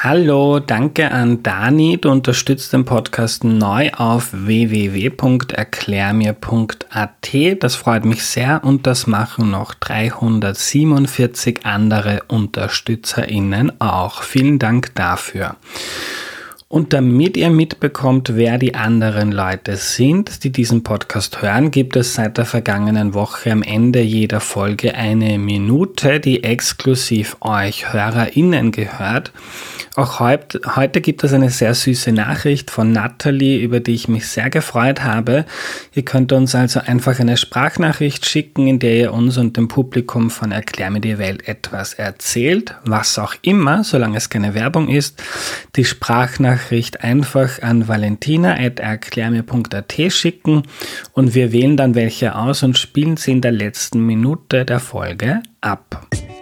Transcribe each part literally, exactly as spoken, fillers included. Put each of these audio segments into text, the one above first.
Hallo, danke an Dani. Du unterstützt den Podcast neu auf w w w punkt erklär mir punkt a t. Das freut mich sehr und das machen noch dreihundertsiebenundvierzig andere UnterstützerInnen auch. Vielen Dank dafür. Und damit ihr mitbekommt, wer die anderen Leute sind, die diesen Podcast hören, gibt es seit der vergangenen Woche am Ende jeder Folge eine Minute, die exklusiv euch HörerInnen gehört. Auch heut, heute gibt es eine sehr süße Nachricht von Natalie, über die ich mich sehr gefreut habe. Ihr könnt uns also einfach eine Sprachnachricht schicken, in der ihr uns und dem Publikum von Erklär mir die Welt etwas erzählt, was auch immer, solange es keine Werbung ist. Die Sprachnachricht einfach an valentina at erklär mir punkt a t schicken und wir wählen dann welche aus und spielen sie in der letzten Minute der Folge ab.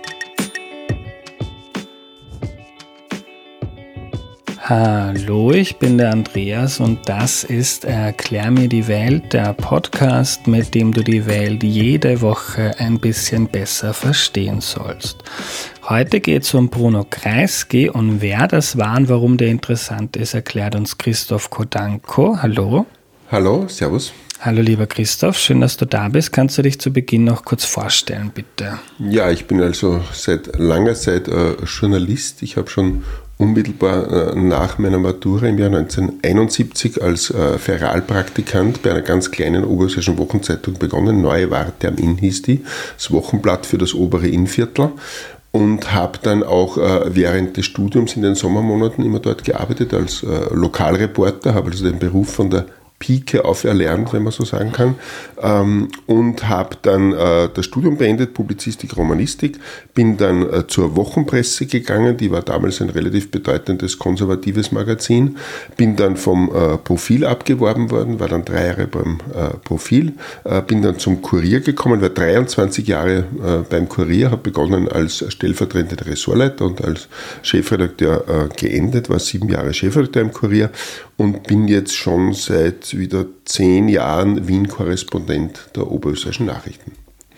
Hallo, ich bin der Andreas und das ist Erklär mir die Welt, der Podcast, mit dem du die Welt jede Woche ein bisschen besser verstehen sollst. Heute geht es um Bruno Kreisky und wer das war und warum der interessant ist, erklärt uns Christoph Kodanko. Hallo. Hallo, servus. Hallo lieber Christoph, schön, dass du da bist. Kannst du dich zu Beginn noch kurz vorstellen, bitte? Ja, ich bin also seit langer Zeit äh, Journalist. Ich habe schon unmittelbar äh, nach meiner Matura im Jahr neunzehnhunderteinundsiebzig als äh, Feralpraktikant bei einer ganz kleinen oberösterreichischen Wochenzeitung begonnen. Neue Warte am Inn hieß die, das Wochenblatt für das obere Innviertel. Und habe dann auch äh, während des Studiums in den Sommermonaten immer dort gearbeitet als äh, Lokalreporter, habe also den Beruf von der Pike auf erlernt, wenn man so sagen kann, ähm, und habe dann äh, das Studium beendet, Publizistik, Romanistik, bin dann äh, zur Wochenpresse gegangen, die war damals ein relativ bedeutendes konservatives Magazin, bin dann vom äh, Profil abgeworben worden, war dann drei Jahre beim äh, Profil, äh, bin dann zum Kurier gekommen, war dreiundzwanzig Jahre äh, beim Kurier, habe begonnen als stellvertretender Ressortleiter und als Chefredakteur äh, geendet, war sieben Jahre Chefredakteur im Kurier und bin jetzt schon seit wieder zehn Jahren Wien-Korrespondent der oberösterreichischen Nachrichten.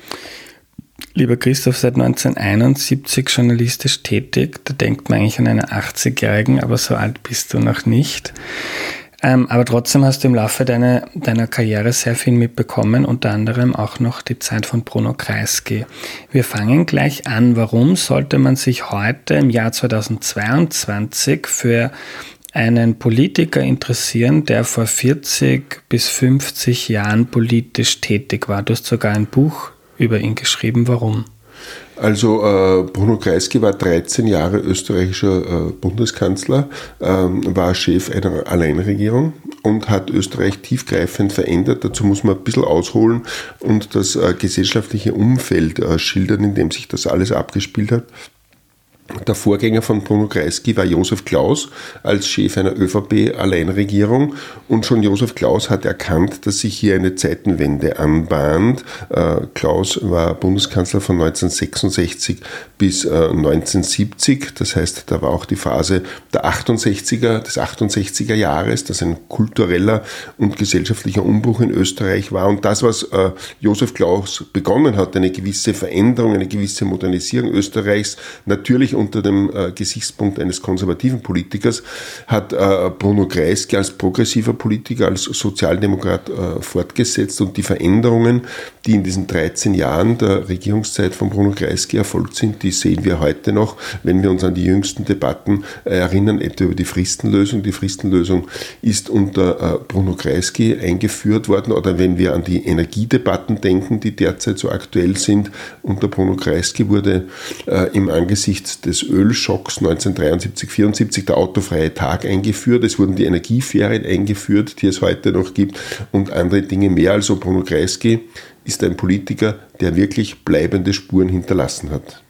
Lieber Christoph, seit neunzehnhunderteinundsiebzig journalistisch tätig, da denkt man eigentlich an einen achtzigjährigen, aber so alt bist du noch nicht. Ähm, aber trotzdem hast du im Laufe deiner, deiner Karriere sehr viel mitbekommen, unter anderem auch noch die Zeit von Bruno Kreisky. Wir fangen gleich an. Warum sollte man sich heute im Jahr zweitausendzweiundzwanzig für einen Politiker interessieren, der vor vierzig bis fünfzig Jahren politisch tätig war? Du hast sogar ein Buch über ihn geschrieben. Warum? Also äh, Bruno Kreisky war dreizehn Jahre österreichischer äh, Bundeskanzler, äh, war Chef einer Alleinregierung und hat Österreich tiefgreifend verändert. Dazu muss man ein bisschen ausholen und das äh, gesellschaftliche Umfeld äh, schildern, in dem sich das alles abgespielt hat. Der Vorgänger von Bruno Kreisky war Josef Klaus als Chef einer ÖVP-Alleinregierung und schon Josef Klaus hat erkannt, dass sich hier eine Zeitenwende anbahnt. Äh, Klaus war Bundeskanzler von neunzehnhundertsechsundsechzig bis äh, neunzehnhundertsiebzig, das heißt, da war auch die Phase der achtundsechziger, des achtundsechziger Jahres, das ein kultureller und gesellschaftlicher Umbruch in Österreich war und das, was äh, Josef Klaus begonnen hat, eine gewisse Veränderung, eine gewisse Modernisierung Österreichs, natürlich unter dem äh, Gesichtspunkt eines konservativen Politikers, hat äh, Bruno Kreisky als progressiver Politiker, als Sozialdemokrat äh, fortgesetzt und die Veränderungen, die in diesen dreizehn Jahren der Regierungszeit von Bruno Kreisky erfolgt sind, die sehen wir heute noch, wenn wir uns an die jüngsten Debatten äh, erinnern, etwa über die Fristenlösung. Die Fristenlösung ist unter äh, Bruno Kreisky eingeführt worden oder wenn wir an die Energiedebatten denken, die derzeit so aktuell sind, unter Bruno Kreisky wurde äh, im Angesicht des Ölschocks neunzehnhundertdreiundsiebzig vierundsiebzig der autofreie Tag eingeführt. Es wurden die Energieferien eingeführt, die es heute noch gibt und andere Dinge mehr. Also Bruno Kreisky ist ein Politiker, der wirklich bleibende Spuren hinterlassen hat.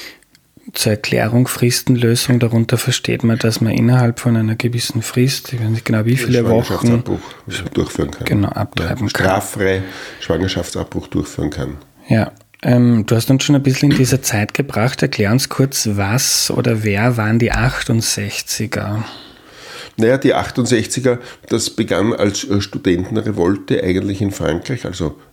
Zur Erklärung Fristenlösung, darunter versteht man, dass man innerhalb von einer gewissen Frist, ich weiß nicht genau wie viele Wochen, durchführen kann. Genau, abtreiben ja, straffrei Schwangerschaftsabbruch durchführen kann. Ja. Ähm, du hast uns schon ein bisschen in dieser Zeit gebracht. Erklär uns kurz, was oder wer waren die achtundsechziger? Naja, die achtundsechziger, das begann als Studentenrevolte eigentlich in Frankreich, also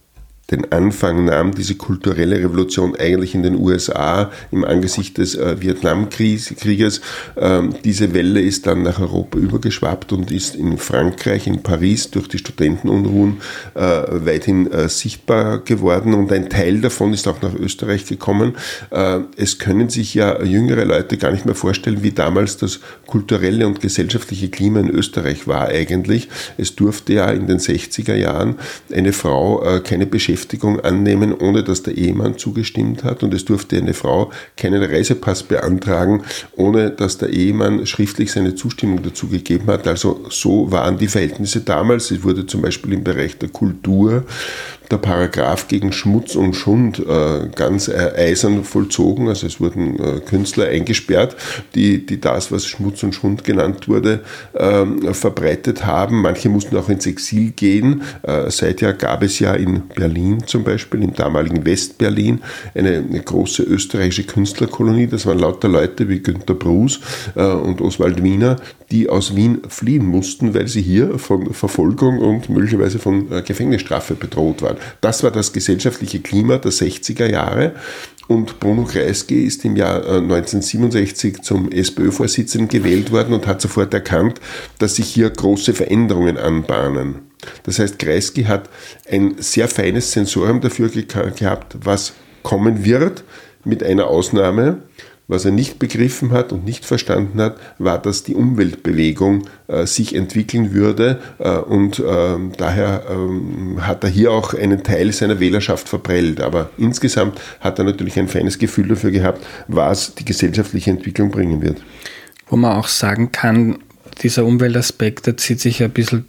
den Anfang nahm, diese kulturelle Revolution eigentlich in den U S A im Angesicht des äh, Vietnamkrieges. Ähm, diese Welle ist dann nach Europa übergeschwappt und ist in Frankreich, in Paris durch die Studentenunruhen äh, weithin äh, sichtbar geworden und ein Teil davon ist auch nach Österreich gekommen. Äh, es können sich ja jüngere Leute gar nicht mehr vorstellen, wie damals das kulturelle und gesellschaftliche Klima in Österreich war eigentlich. Es durfte ja in den sechziger Jahren eine Frau äh, keine Beschäftigung annehmen, ohne dass der Ehemann zugestimmt hat und es durfte eine Frau keinen Reisepass beantragen, ohne dass der Ehemann schriftlich seine Zustimmung dazu gegeben hat. Also so waren die Verhältnisse damals. Es wurde zum Beispiel im Bereich der Kultur der Paragraph gegen Schmutz und Schund äh, ganz äh, eisern vollzogen. Also es wurden äh, Künstler eingesperrt, die, die das, was Schmutz und Schund genannt wurde, äh, verbreitet haben. Manche mussten auch ins Exil gehen. Äh, seither gab es ja in Berlin zum Beispiel, im damaligen Westberlin, eine, eine große österreichische Künstlerkolonie. Das waren lauter Leute wie Günter Brus äh, und Oswald Wiener, die aus Wien fliehen mussten, weil sie hier von Verfolgung und möglicherweise von äh, Gefängnisstrafe bedroht waren. Das war das gesellschaftliche Klima der sechziger Jahre und Bruno Kreisky ist im Jahr neunzehnhundertsiebenundsechzig zum SPÖ-Vorsitzenden gewählt worden und hat sofort erkannt, dass sich hier große Veränderungen anbahnen. Das heißt, Kreisky hat ein sehr feines Sensorium dafür ge- gehabt, was kommen wird, mit einer Ausnahme. Was er nicht begriffen hat und nicht verstanden hat, war, dass die Umweltbewegung äh, sich entwickeln würde äh, und äh, daher äh, hat er hier auch einen Teil seiner Wählerschaft verprellt. Aber insgesamt hat er natürlich ein feines Gefühl dafür gehabt, was die gesellschaftliche Entwicklung bringen wird. Wo man auch sagen kann, dieser Umweltaspekt, der zieht sich ein bisschen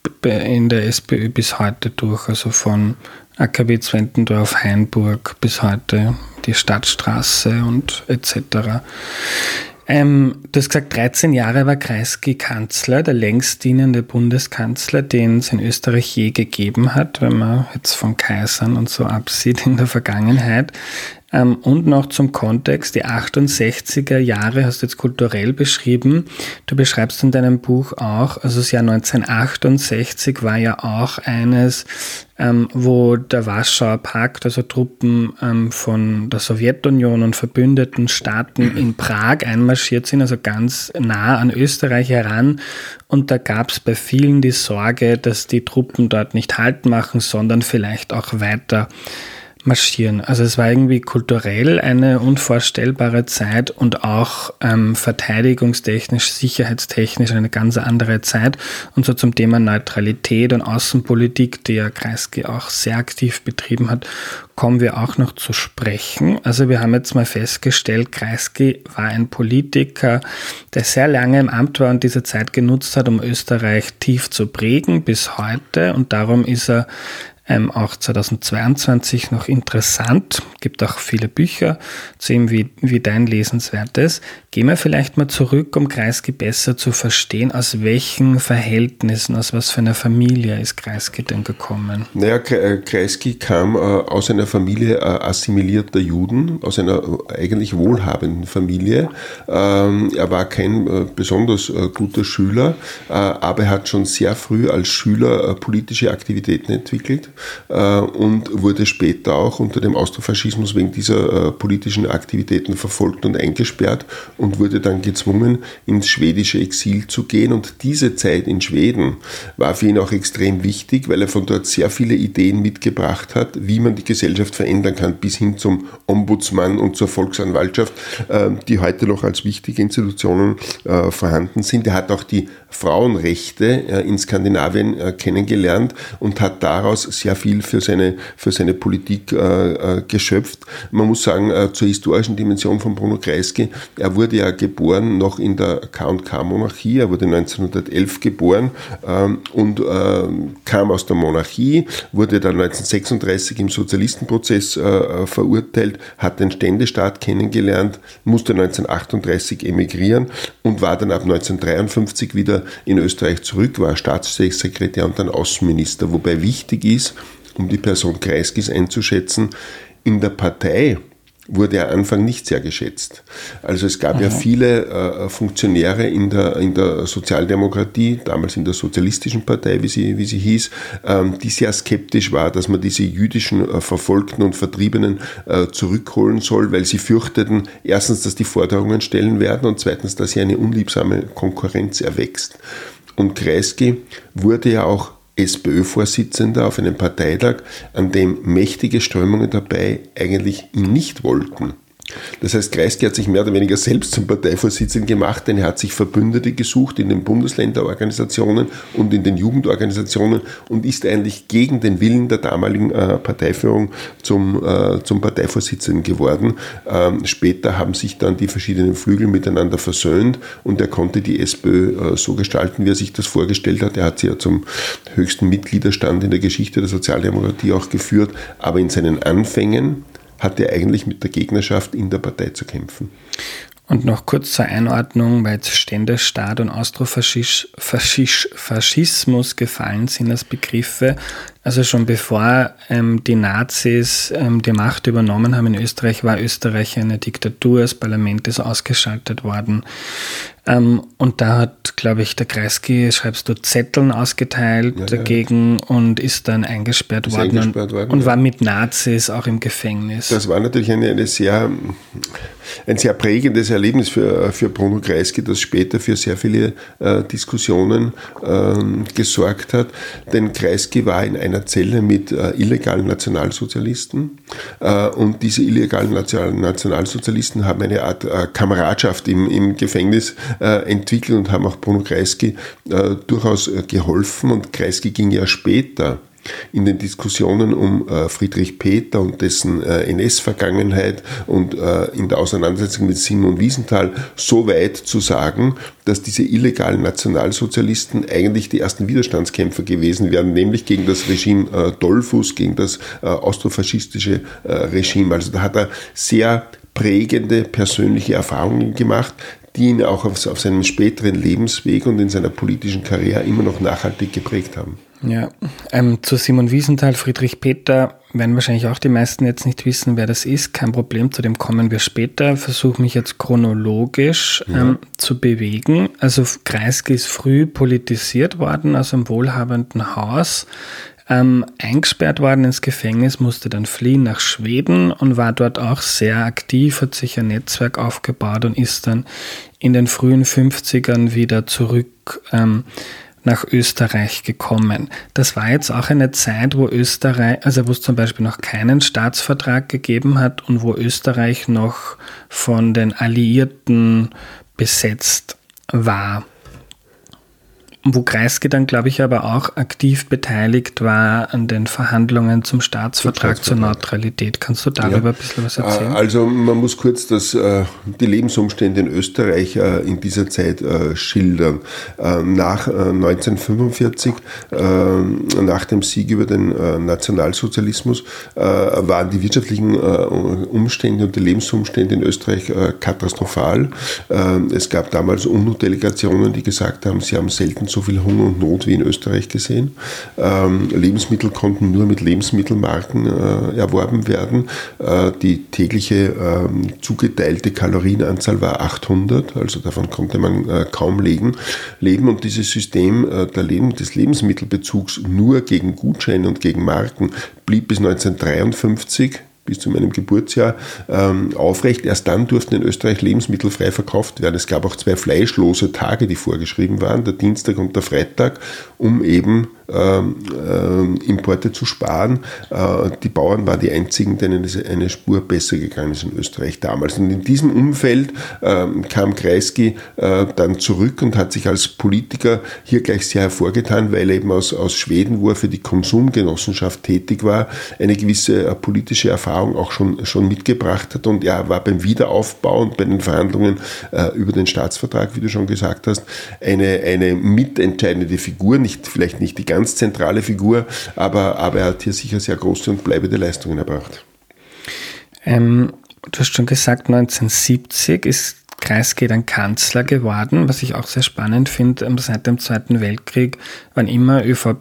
in der SPÖ bis heute durch, also von A K W Zwentendorf, Hainburg bis heute die Stadtstraße und et cetera. Ähm, du hast gesagt, dreizehn Jahre war Kreisky Kanzler, der längst dienende Bundeskanzler, den es in Österreich je gegeben hat, wenn man jetzt von Kaisern und so absieht in der Vergangenheit. Ähm, und noch zum Kontext, die achtundsechziger Jahre hast du jetzt kulturell beschrieben. Du beschreibst in deinem Buch auch, also das Jahr neunzehnhundertachtundsechzig war ja auch eines, ähm, wo der Warschauer Pakt, also Truppen ähm, von der Sowjetunion und verbündeten Staaten in Prag einmarschiert sind, also ganz nah an Österreich heran. Und da gab es bei vielen die Sorge, dass die Truppen dort nicht Halt machen, sondern vielleicht auch weiter marschieren. Also es war irgendwie kulturell eine unvorstellbare Zeit und auch ähm, verteidigungstechnisch, sicherheitstechnisch eine ganz andere Zeit. Und so zum Thema Neutralität und Außenpolitik, die ja Kreisky auch sehr aktiv betrieben hat, kommen wir auch noch zu sprechen. Also wir haben jetzt mal festgestellt, Kreisky war ein Politiker, der sehr lange im Amt war und diese Zeit genutzt hat, um Österreich tief zu prägen bis heute. Und darum ist er Ähm, auch zweitausendzweiundzwanzig noch interessant. Gibt auch viele Bücher zu ihm wie, wie dein lesenswertes. Gehen wir vielleicht mal zurück, um Kreisky besser zu verstehen. Aus welchen Verhältnissen, aus was für einer Familie ist Kreisky denn gekommen? Naja, Kreisky kam äh, aus einer Familie äh, assimilierter Juden, aus einer eigentlich wohlhabenden Familie. Ähm, er war kein äh, besonders äh, guter Schüler, äh, aber er hat schon sehr früh als Schüler äh, politische Aktivitäten entwickelt. Und wurde später auch unter dem Austrofaschismus wegen dieser äh, politischen Aktivitäten verfolgt und eingesperrt und wurde dann gezwungen, ins schwedische Exil zu gehen. Und diese Zeit in Schweden war für ihn auch extrem wichtig, weil er von dort sehr viele Ideen mitgebracht hat, wie man die Gesellschaft verändern kann, bis hin zum Ombudsmann und zur Volksanwaltschaft, äh, die heute noch als wichtige Institutionen äh, vorhanden sind. Er hat auch die Frauenrechte äh, in Skandinavien äh, kennengelernt und hat daraus sehr viel für seine, für seine Politik äh, geschöpft. Man muss sagen, äh, zur historischen Dimension von Bruno Kreisky, er wurde ja geboren noch in der K und K-Monarchie, er wurde neunzehnhundertelf geboren ähm, und äh, kam aus der Monarchie, wurde dann neunzehnhundertsechsunddreißig im Sozialistenprozess äh, verurteilt, hat den Ständestaat kennengelernt, musste neunzehnhundertachtunddreißig emigrieren und war dann ab neunzehnhundertdreiundfünfzig wieder in Österreich zurück, war Staatssekretär und dann Außenminister, wobei wichtig ist, um die Person Kreiskys einzuschätzen, in der Partei wurde am Anfang nicht sehr geschätzt. Also es gab Aha. ja viele äh, Funktionäre in der, in der Sozialdemokratie, damals in der Sozialistischen Partei, wie sie, wie sie hieß, ähm, die sehr skeptisch war, dass man diese jüdischen äh, Verfolgten und Vertriebenen äh, zurückholen soll, weil sie fürchteten, erstens, dass die Forderungen stellen werden und zweitens, dass hier eine unliebsame Konkurrenz erwächst. Und Kreisky wurde ja auch SPÖ-Vorsitzender auf einem Parteitag, an dem mächtige Strömungen dabei eigentlich ihn nicht wollten. Das heißt, Kreisky hat sich mehr oder weniger selbst zum Parteivorsitzenden gemacht, denn er hat sich Verbündete gesucht in den Bundesländerorganisationen und in den Jugendorganisationen und ist eigentlich gegen den Willen der damaligen äh, Parteiführung zum, äh, zum Parteivorsitzenden geworden. Ähm, später haben sich dann die verschiedenen Flügel miteinander versöhnt und er konnte die SPÖ äh, so gestalten, wie er sich das vorgestellt hat. Er hat sie ja zum höchsten Mitgliederstand in der Geschichte der Sozialdemokratie auch geführt, aber in seinen Anfängen hat er eigentlich mit der Gegnerschaft in der Partei zu kämpfen. Und noch kurz zur Einordnung, weil jetzt Ständestaat und Austrofaschismus gefallen sind als Begriffe. Also schon bevor ähm, die Nazis ähm, die Macht übernommen haben in Österreich, war Österreich eine Diktatur, das Parlament ist ausgeschaltet worden. Ähm, und da hat, glaube ich, der Kreisky, schreibst du, Zetteln ausgeteilt ja, dagegen ja. und ist dann eingesperrt, ist worden, eingesperrt worden und, und ja. war mit Nazis auch im Gefängnis. Das war natürlich eine, eine sehr, ein sehr prägendes Erlebnis für, für Bruno Kreisky, das später für sehr viele äh, Diskussionen äh, gesorgt hat. Denn Kreisky war in einer Zelle mit äh, illegalen Nationalsozialisten äh, und diese illegalen Nation- Nationalsozialisten haben eine Art äh, Kameradschaft im, im Gefängnis äh, entwickelt und haben auch Bruno Kreisky äh, durchaus äh, geholfen und Kreisky ging ja später in den Diskussionen um äh, Friedrich Peter und dessen äh, N S-Vergangenheit und äh, in der Auseinandersetzung mit Simon Wiesenthal so weit zu sagen, dass diese illegalen Nationalsozialisten eigentlich die ersten Widerstandskämpfer gewesen wären, nämlich gegen das Regime äh, Dollfuß, gegen das äh, austrofaschistische äh, Regime. Also da hat er sehr prägende persönliche Erfahrungen gemacht, die ihn auch auf, auf seinem späteren Lebensweg und in seiner politischen Karriere immer noch nachhaltig geprägt haben. Ja, ähm, zu Simon Wiesenthal, Friedrich Peter werden wahrscheinlich auch die meisten jetzt nicht wissen, wer das ist. Kein Problem, zu dem kommen wir später. Versuche mich jetzt chronologisch ähm, ja. zu bewegen. Also Kreisky ist früh politisiert worden aus einem wohlhabenden Haus. Ähm, eingesperrt worden ins Gefängnis, musste dann fliehen nach Schweden und war dort auch sehr aktiv, hat sich ein Netzwerk aufgebaut und ist dann in den frühen fünfzigern wieder zurück ähm, nach Österreich gekommen. Das war jetzt auch eine Zeit, wo Österreich, also wo es zum Beispiel noch keinen Staatsvertrag gegeben hat und wo Österreich noch von den Alliierten besetzt war. Wo Kreisky dann, glaube ich, aber auch aktiv beteiligt war an den Verhandlungen zum Staatsvertrag zur Neutralität. Kannst du darüber ja. ein bisschen was erzählen? Also man muss kurz das, die Lebensumstände in Österreich in dieser Zeit schildern. Nach neunzehnhundertfünfundvierzig, nach dem Sieg über den Nationalsozialismus, waren die wirtschaftlichen Umstände und die Lebensumstände in Österreich katastrophal. Es gab damals UNO-Delegationen, die gesagt haben, sie haben selten so viel Hunger und Not wie in Österreich gesehen. Ähm, Lebensmittel konnten nur mit Lebensmittelmarken äh, erworben werden. Äh, die tägliche äh, zugeteilte Kalorienanzahl war achthundert, also davon konnte man äh, kaum leben. leben. Und dieses System äh, der Leben, des Lebensmittelbezugs nur gegen Gutscheine und gegen Marken blieb bis neunzehnhundertdreiundfünfzig bis zu meinem Geburtsjahr ähm, aufrecht. Erst dann durften in Österreich Lebensmittel frei verkauft werden. Es gab auch zwei fleischlose Tage, die vorgeschrieben waren, der Dienstag und der Freitag, um eben ähm, äh, Importe zu sparen. Äh, die Bauern waren die einzigen, denen es eine Spur besser gegangen ist in Österreich damals. Und in diesem Umfeld äh, kam Kreisky äh, dann zurück und hat sich als Politiker hier gleich sehr hervorgetan, weil er eben aus, aus Schweden, wo er für die Konsumgenossenschaft tätig war, eine gewisse äh, politische Erfahrung auch schon, schon mitgebracht hat und er war beim Wiederaufbau und bei den Verhandlungen äh, über den Staatsvertrag, wie du schon gesagt hast, eine, eine mitentscheidende Figur, nicht, vielleicht nicht die ganz zentrale Figur, aber, aber er hat hier sicher sehr große und bleibende Leistungen erbracht. Ähm, du hast schon gesagt, neunzehnhundertsiebzig ist Kreisky dann Kanzler geworden, was ich auch sehr spannend finde. Seit dem Zweiten Weltkrieg waren immer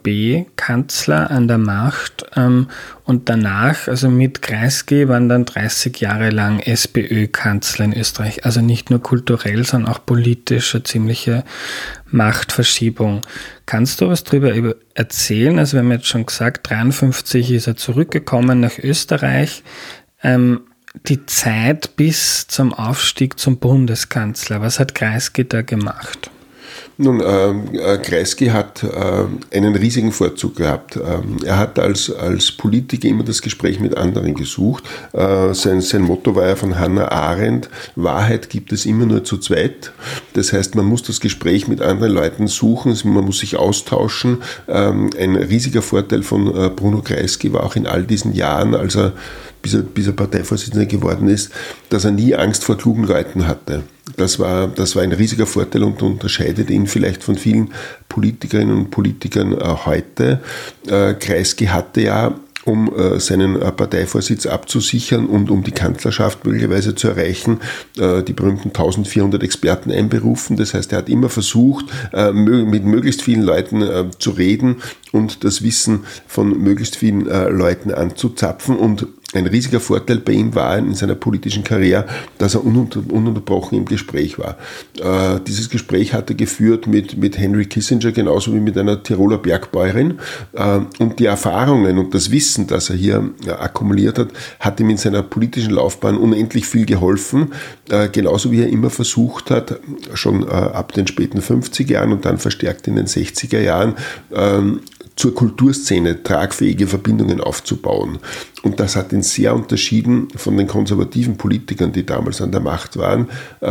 ÖVP-Kanzler an der Macht und danach, also mit Kreisky, waren dann dreißig Jahre lang SPÖ-Kanzler in Österreich. Also nicht nur kulturell, sondern auch politisch eine ziemliche Machtverschiebung. Kannst du was darüber erzählen? Also wir haben jetzt schon gesagt, dreiundfünfzig ist er zurückgekommen nach Österreich. Ähm, die Zeit bis zum Aufstieg zum Bundeskanzler, was hat Kreisky da gemacht? Nun, äh, Kreisky hat äh, einen riesigen Vorzug gehabt. Ähm, er hat als, als Politiker immer das Gespräch mit anderen gesucht. Äh, sein, sein Motto war ja von Hannah Arendt, Wahrheit gibt es immer nur zu zweit. Das heißt, man muss das Gespräch mit anderen Leuten suchen, man muss sich austauschen. Ähm, ein riesiger Vorteil von äh, Bruno Kreisky war auch in all diesen Jahren, als er bis er, bis er Parteivorsitzender geworden ist, dass er nie Angst vor klugen Leuten hatte. Das war, das war ein riesiger Vorteil und unterscheidet ihn vielleicht von vielen Politikerinnen und Politikern äh, heute. Äh, Kreisky hatte ja, um äh, seinen äh, Parteivorsitz abzusichern und um die Kanzlerschaft möglicherweise zu erreichen, äh, die berühmten eintausendvierhundert Experten einberufen. Das heißt, er hat immer versucht, äh, mit möglichst vielen Leuten äh, zu reden und das Wissen von möglichst vielen äh, Leuten anzuzapfen. Und ein riesiger Vorteil bei ihm war in seiner politischen Karriere, dass er ununter, ununterbrochen im Gespräch war. Äh, dieses Gespräch hat er geführt mit, mit Henry Kissinger, genauso wie mit einer Tiroler Bergbäuerin. Äh, und die Erfahrungen und das Wissen, das er hier äh, akkumuliert hat, hat ihm in seiner politischen Laufbahn unendlich viel geholfen. Äh, genauso wie er immer versucht hat, schon äh, ab den späten fünfziger Jahren und dann verstärkt in den sechziger Jahren, äh, zur Kulturszene tragfähige Verbindungen aufzubauen. Und das hat ihn sehr unterschieden von den konservativen Politikern, die damals an der Macht waren,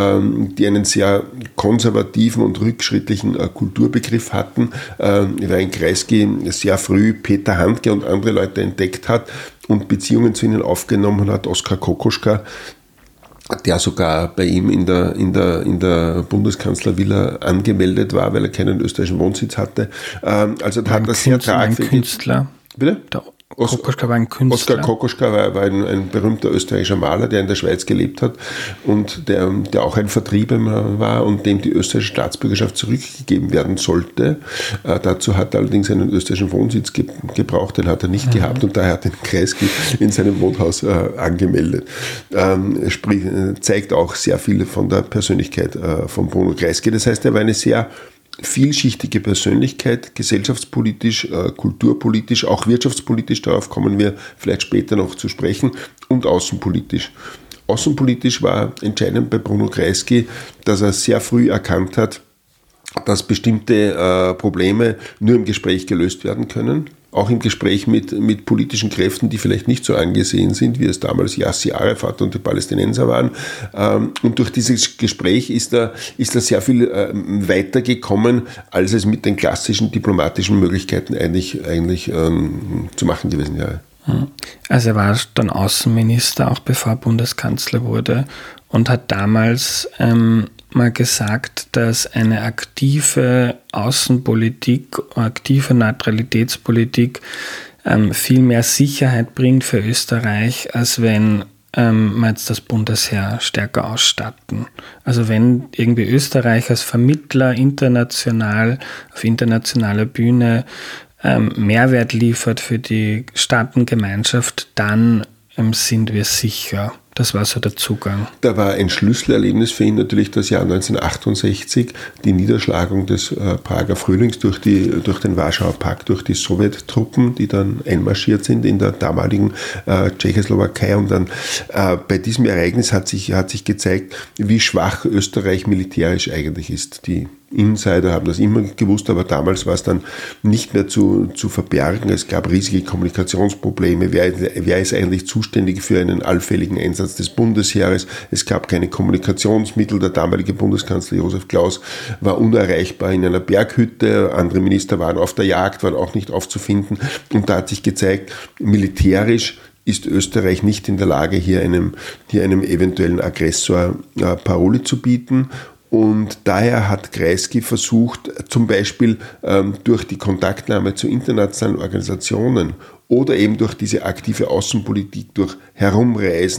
die einen sehr konservativen und rückschrittlichen Kulturbegriff hatten, weil Kreisky sehr früh Peter Handke und andere Leute entdeckt hat und Beziehungen zu ihnen aufgenommen hat. Oskar Kokoschka, der sogar bei ihm in der, in der, in der Bundeskanzlervilla angemeldet war, weil er keinen österreichischen Wohnsitz hatte. Also da hat er sehr tragfähig. Ein Künstler. Bitte? Der Kokoschka war ein Künstler. Oskar Kokoschka war, war ein, ein berühmter österreichischer Maler, der in der Schweiz gelebt hat und der, der auch ein Vertriebener war und dem die österreichische Staatsbürgerschaft zurückgegeben werden sollte. Äh, dazu hat er allerdings einen österreichischen Wohnsitz ge- gebraucht, den hat er nicht mhm. gehabt und daher hat er den Kreisky in seinem Wohnhaus äh, angemeldet. Ähm, sprich, zeigt auch sehr viel von der Persönlichkeit äh, von Bruno Kreisky. Das heißt, er war eine sehr vielschichtige Persönlichkeit, gesellschaftspolitisch, äh, kulturpolitisch, auch wirtschaftspolitisch, darauf kommen wir vielleicht später noch zu sprechen, und außenpolitisch. Außenpolitisch war entscheidend bei Bruno Kreisky, dass er sehr früh erkannt hat, dass bestimmte äh, Probleme nur im Gespräch gelöst werden können. Auch im Gespräch mit, mit politischen Kräften, die vielleicht nicht so angesehen sind, wie es damals Yasser Arafat und die Palästinenser waren. Und durch dieses Gespräch ist er, ist er sehr viel weitergekommen, als es mit den klassischen diplomatischen Möglichkeiten eigentlich, eigentlich ähm, zu machen gewesen wäre. Also er war dann Außenminister, auch bevor er Bundeskanzler wurde, und hat damals ähm, mal gesagt, dass eine aktive Außenpolitik, aktive Neutralitätspolitik ähm, viel mehr Sicherheit bringt für Österreich, als wenn ähm, wir jetzt das Bundesheer stärker ausstatten. Also wenn irgendwie Österreich als Vermittler international, auf internationaler Bühne ähm, Mehrwert liefert für die Staatengemeinschaft, dann ähm, sind wir sicher. Das war so der Zugang. Da war ein Schlüsselerlebnis für ihn natürlich das Jahr neunzehnhundertachtundsechzig, die Niederschlagung des äh, Prager Frühlings durch, die, durch den Warschauer Pakt, durch die Sowjettruppen, die dann einmarschiert sind in der damaligen äh, Tschechoslowakei. Und dann äh, bei diesem Ereignis hat sich, hat sich gezeigt, wie schwach Österreich militärisch eigentlich ist. Die Insider haben das immer gewusst, aber damals war es dann nicht mehr zu, zu verbergen. Es gab riesige Kommunikationsprobleme. Wer, wer ist eigentlich zuständig für einen allfälligen Einsatz des Bundesheeres? Es gab keine Kommunikationsmittel. Der damalige Bundeskanzler Josef Klaus war unerreichbar in einer Berghütte. Andere Minister waren auf der Jagd, waren auch nicht aufzufinden. Und da hat sich gezeigt, militärisch ist Österreich nicht in der Lage, hier einem, hier einem eventuellen Aggressor äh, Paroli zu bieten. Und daher hat Kreisky versucht, zum Beispiel ähm, durch die Kontaktnahme zu internationalen Organisationen oder eben durch diese aktive Außenpolitik, durch Herumreisen,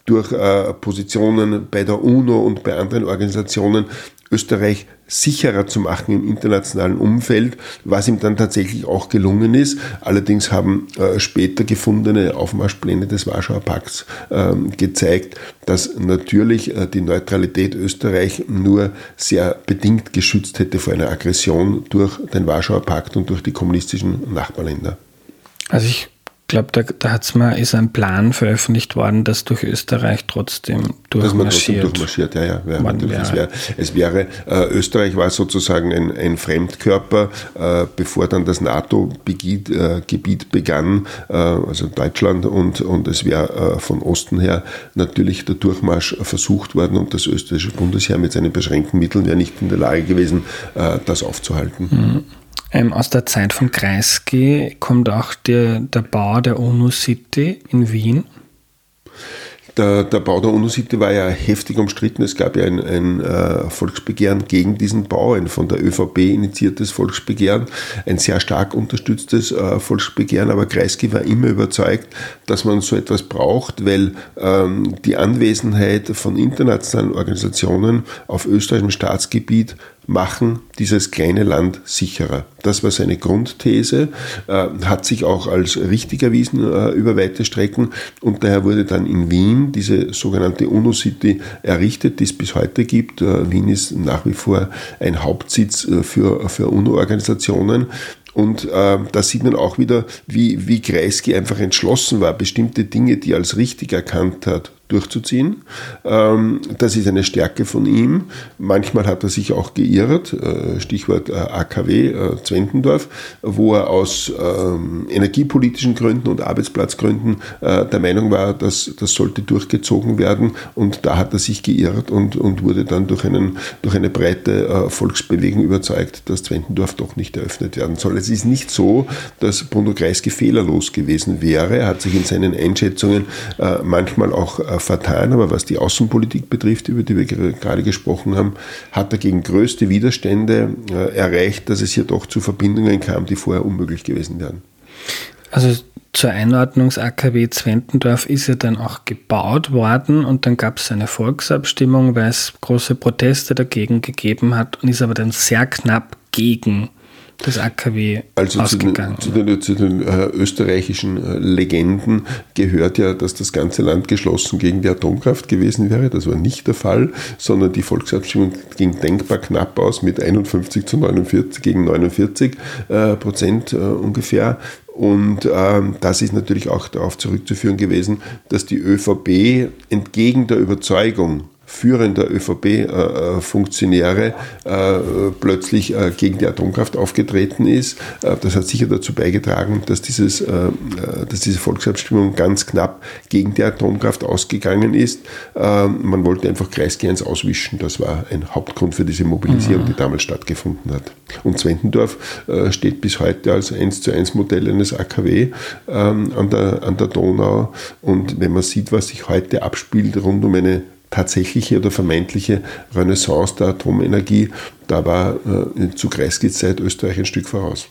durch äh, Positionen bei der UNO und bei anderen Organisationen Österreich sicherer zu machen im internationalen Umfeld, was ihm dann tatsächlich auch gelungen ist. Allerdings haben äh, später gefundene Aufmarschpläne des Warschauer Pakts äh, gezeigt, dass natürlich äh, die Neutralität Österreich nur sehr bedingt geschützt hätte vor einer Aggression durch den Warschauer Pakt und durch die kommunistischen Nachbarländer. Also ich glaube, da, da hat's mal, ist ein Plan veröffentlicht worden, dass durch Österreich trotzdem durchmarschiert. Dass man trotzdem durchmarschiert, ja, ja. ja natürlich. Es wäre, es wäre äh, Österreich war sozusagen ein, ein Fremdkörper, äh, bevor dann das NATO-Gebiet äh, Gebiet begann, äh, also Deutschland, und, und es wäre äh, von Osten her natürlich der Durchmarsch versucht worden und das österreichische Bundesheer mit seinen beschränkten Mitteln wäre nicht in der Lage gewesen, äh, das aufzuhalten. Mhm. Ähm, aus der Zeit von Kreisky kommt auch der, der Bau der UNO-City in Wien. Der, der Bau der UNO-City war ja heftig umstritten. Es gab ja ein, ein äh, Volksbegehren gegen diesen Bau, ein von der ÖVP initiiertes Volksbegehren, ein sehr stark unterstütztes äh, Volksbegehren. Aber Kreisky war immer überzeugt, dass man so etwas braucht, weil ähm, die Anwesenheit von internationalen Organisationen auf österreichischem Staatsgebiet machen dieses kleine Land sicherer. Das war seine Grundthese, äh, hat sich auch als richtig erwiesen äh, über weite Strecken und daher wurde dann in Wien diese sogenannte UNO-City errichtet, die es bis heute gibt. Äh, Wien ist nach wie vor ein Hauptsitz äh, für, für UNO-Organisationen. Und äh, da sieht man auch wieder, wie, wie Kreisky einfach entschlossen war, bestimmte Dinge, die er als richtig erkannt hat, durchzuziehen. Ähm, das ist eine Stärke von ihm. Manchmal hat er sich auch geirrt, äh, Stichwort äh, A K W, äh, Zwentendorf, wo er aus ähm, energiepolitischen Gründen und Arbeitsplatzgründen äh, der Meinung war, dass das sollte durchgezogen werden und da hat er sich geirrt und, und wurde dann durch, einen, durch eine breite äh, Volksbewegung überzeugt, dass Zwentendorf doch nicht eröffnet werden soll. Es ist nicht so, dass Bruno Kreisky fehlerlos gewesen wäre. Er hat sich in seinen Einschätzungen äh, manchmal auch äh, vertan, aber was die Außenpolitik betrifft, über die wir gerade gesprochen haben, hat er gegen größte Widerstände äh, erreicht, dass es hier doch zu Verbindungen kam, die vorher unmöglich gewesen wären. Also zur Einordnungs-A K W Zwentendorf ist ja dann auch gebaut worden und dann gab es eine Volksabstimmung, weil es große Proteste dagegen gegeben hat und ist aber dann sehr knapp gegen das A K W also ausgegangen. Zu den, zu den, zu den äh, österreichischen äh, Legenden gehört ja, dass das ganze Land geschlossen gegen die Atomkraft gewesen wäre. Das war nicht der Fall, sondern die Volksabstimmung ging denkbar knapp aus mit einundfünfzig zu neunundvierzig gegen neunundvierzig äh, Prozent äh, ungefähr. Und ähm, das ist natürlich auch darauf zurückzuführen gewesen, dass die ÖVP entgegen der Überzeugung führender ÖVP-Funktionäre äh, äh, plötzlich äh, gegen die Atomkraft aufgetreten ist. Äh, das hat sicher dazu beigetragen, dass, dieses, äh, dass diese Volksabstimmung ganz knapp gegen die Atomkraft ausgegangen ist. Äh, man wollte einfach Kreisky eins auswischen. Das war ein Hauptgrund für diese Mobilisierung, mhm. die damals stattgefunden hat. Und Zwentendorf äh, steht bis heute als eins zu eins Modell eines A K W ähm, an der, an der Donau. Und wenn man sieht, was sich heute abspielt rund um eine tatsächliche oder vermeintliche Renaissance der Atomenergie, da war äh, zu Kreiskys Zeit Österreich ein Stück voraus.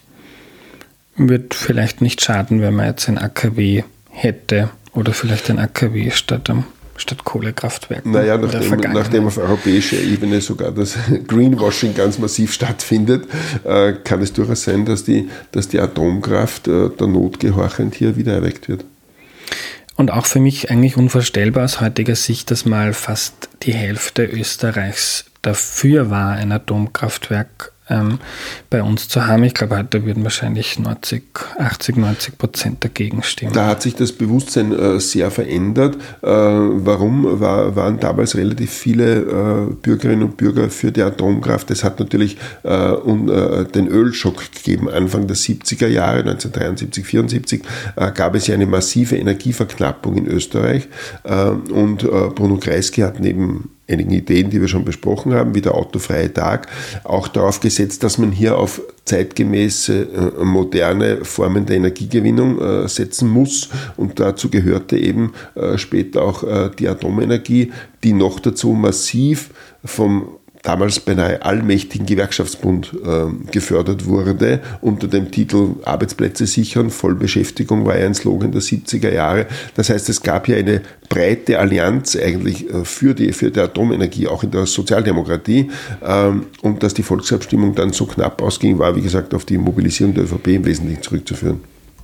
Wird vielleicht nicht schaden, wenn man jetzt ein A K W hätte oder vielleicht ein A K W statt, um, statt Kohlekraftwerken. Naja, nachdem, nachdem auf europäischer Ebene sogar das Greenwashing ganz massiv stattfindet, äh, kann es durchaus sein, dass die, dass die Atomkraft äh, der Not gehorchend hier wieder erweckt wird. Und auch für mich eigentlich unvorstellbar aus heutiger Sicht, dass mal fast die Hälfte Österreichs dafür war, ein Atomkraftwerk ähm, bei uns zu haben. Ich glaube, heute würden wahrscheinlich neunzig, achtzig, neunzig Prozent dagegen stimmen. Da hat sich das Bewusstsein äh, sehr verändert. Äh, warum war, waren damals relativ viele äh, Bürgerinnen und Bürger für die Atomkraft? Es hat natürlich äh, un, äh, den Ölschock gegeben. Anfang der siebziger Jahre, neunzehnhundertdreiundsiebzig, vierundsiebzig, äh, gab es ja eine massive Energieverknappung in Österreich. Äh, und äh, Bruno Kreisky hat neben einigen Ideen, die wir schon besprochen haben, wie der autofreie Tag, auch darauf gesetzt, dass man hier auf zeitgemäße, äh, moderne Formen der Energiegewinnung äh, setzen muss. Und dazu gehörte eben äh, später auch äh, die Atomenergie, die noch dazu massiv vom damals beinahe allmächtigen Gewerkschaftsbund äh, gefördert wurde, unter dem Titel Arbeitsplätze sichern, Vollbeschäftigung war ja ein Slogan der siebziger Jahre. Das heißt, es gab hier eine breite Allianz eigentlich für die, für die Atomenergie, auch in der Sozialdemokratie. Ähm, und dass die Volksabstimmung dann so knapp ausging, war, wie gesagt, auf die Mobilisierung der ÖVP im Wesentlichen zurückzuführen.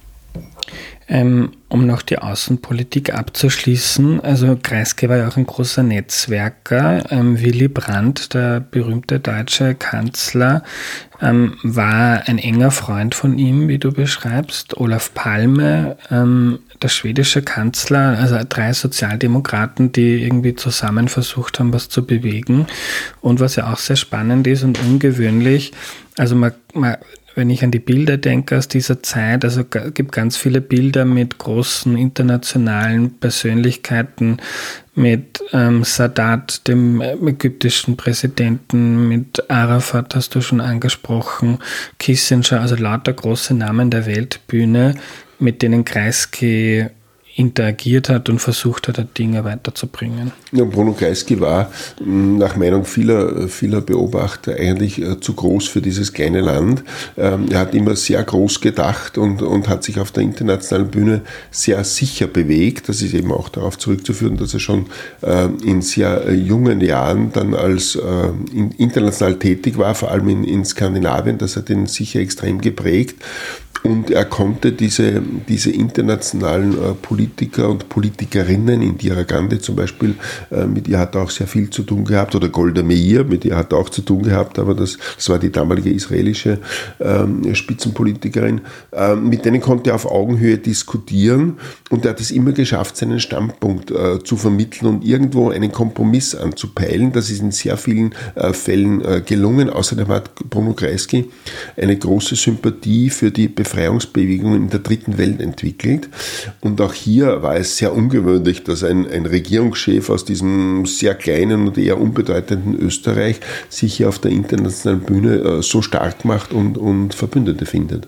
Ähm, um noch die Außenpolitik abzuschließen, also Kreisky war ja auch ein großer Netzwerker. Ähm, Willy Brandt, der berühmte deutsche Kanzler, ähm, war ein enger Freund von ihm, wie du beschreibst. Olaf Palme, ähm, der schwedische Kanzler, also drei Sozialdemokraten, die irgendwie zusammen versucht haben, was zu bewegen. Und was ja auch sehr spannend ist und ungewöhnlich, also man, man wenn ich an die Bilder denke aus dieser Zeit, also es gibt ganz viele Bilder mit großen internationalen Persönlichkeiten, mit ähm, Sadat, dem ägyptischen Präsidenten, mit Arafat, hast du schon angesprochen, Kissinger, also lauter große Namen der Weltbühne, mit denen Kreisky interagiert hat und versucht hat, Dinge weiterzubringen. Ja, Bruno Kreisky war nach Meinung vieler, vieler Beobachter eigentlich zu groß für dieses kleine Land. Er hat immer sehr groß gedacht und, und hat sich auf der internationalen Bühne sehr sicher bewegt. Das ist eben auch darauf zurückzuführen, dass er schon in sehr jungen Jahren dann als international tätig war, vor allem in, in Skandinavien. Das hat ihn sicher extrem geprägt. Und er konnte diese, diese internationalen äh, Politiker und Politikerinnen, Indira Gandhi zum Beispiel, äh, mit ihr hat er auch sehr viel zu tun gehabt, oder Golda Meir, mit ihr hat er auch zu tun gehabt, aber das, das war die damalige israelische äh, Spitzenpolitikerin, äh, mit denen konnte er auf Augenhöhe diskutieren und er hat es immer geschafft, seinen Standpunkt äh, zu vermitteln und irgendwo einen Kompromiss anzupeilen. Das ist in sehr vielen äh, Fällen äh, gelungen. Außerdem hat Bruno Kreisky eine große Sympathie für die Befreiungsbewegungen in der dritten Welt entwickelt. Und auch hier war es sehr ungewöhnlich, dass ein, ein Regierungschef aus diesem sehr kleinen und eher unbedeutenden Österreich sich hier auf der internationalen Bühne äh, so stark macht und, und Verbündete findet.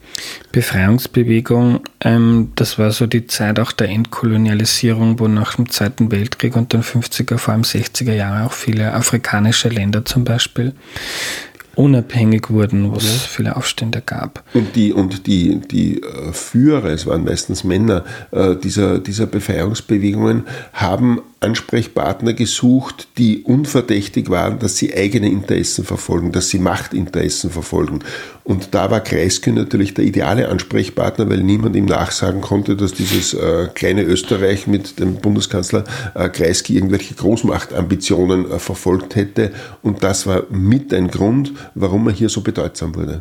Befreiungsbewegung, ähm, das war so die Zeit auch der Entkolonialisierung, wo nach dem Zweiten Weltkrieg und den fünfziger, vor allem sechziger Jahre auch viele afrikanische Länder zum Beispiel unabhängig wurden, wo es ja. viele Aufstände gab. Und die, und die, die Führer, es waren meistens Männer, dieser, dieser Befreiungsbewegungen, haben Ansprechpartner gesucht, die unverdächtig waren, dass sie eigene Interessen verfolgen, dass sie Machtinteressen verfolgen. Und da war Kreisky natürlich der ideale Ansprechpartner, weil niemand ihm nachsagen konnte, dass dieses äh, kleine Österreich mit dem Bundeskanzler äh, Kreisky irgendwelche Großmachtambitionen äh, verfolgt hätte. Und das war mit ein Grund, warum er hier so bedeutsam wurde.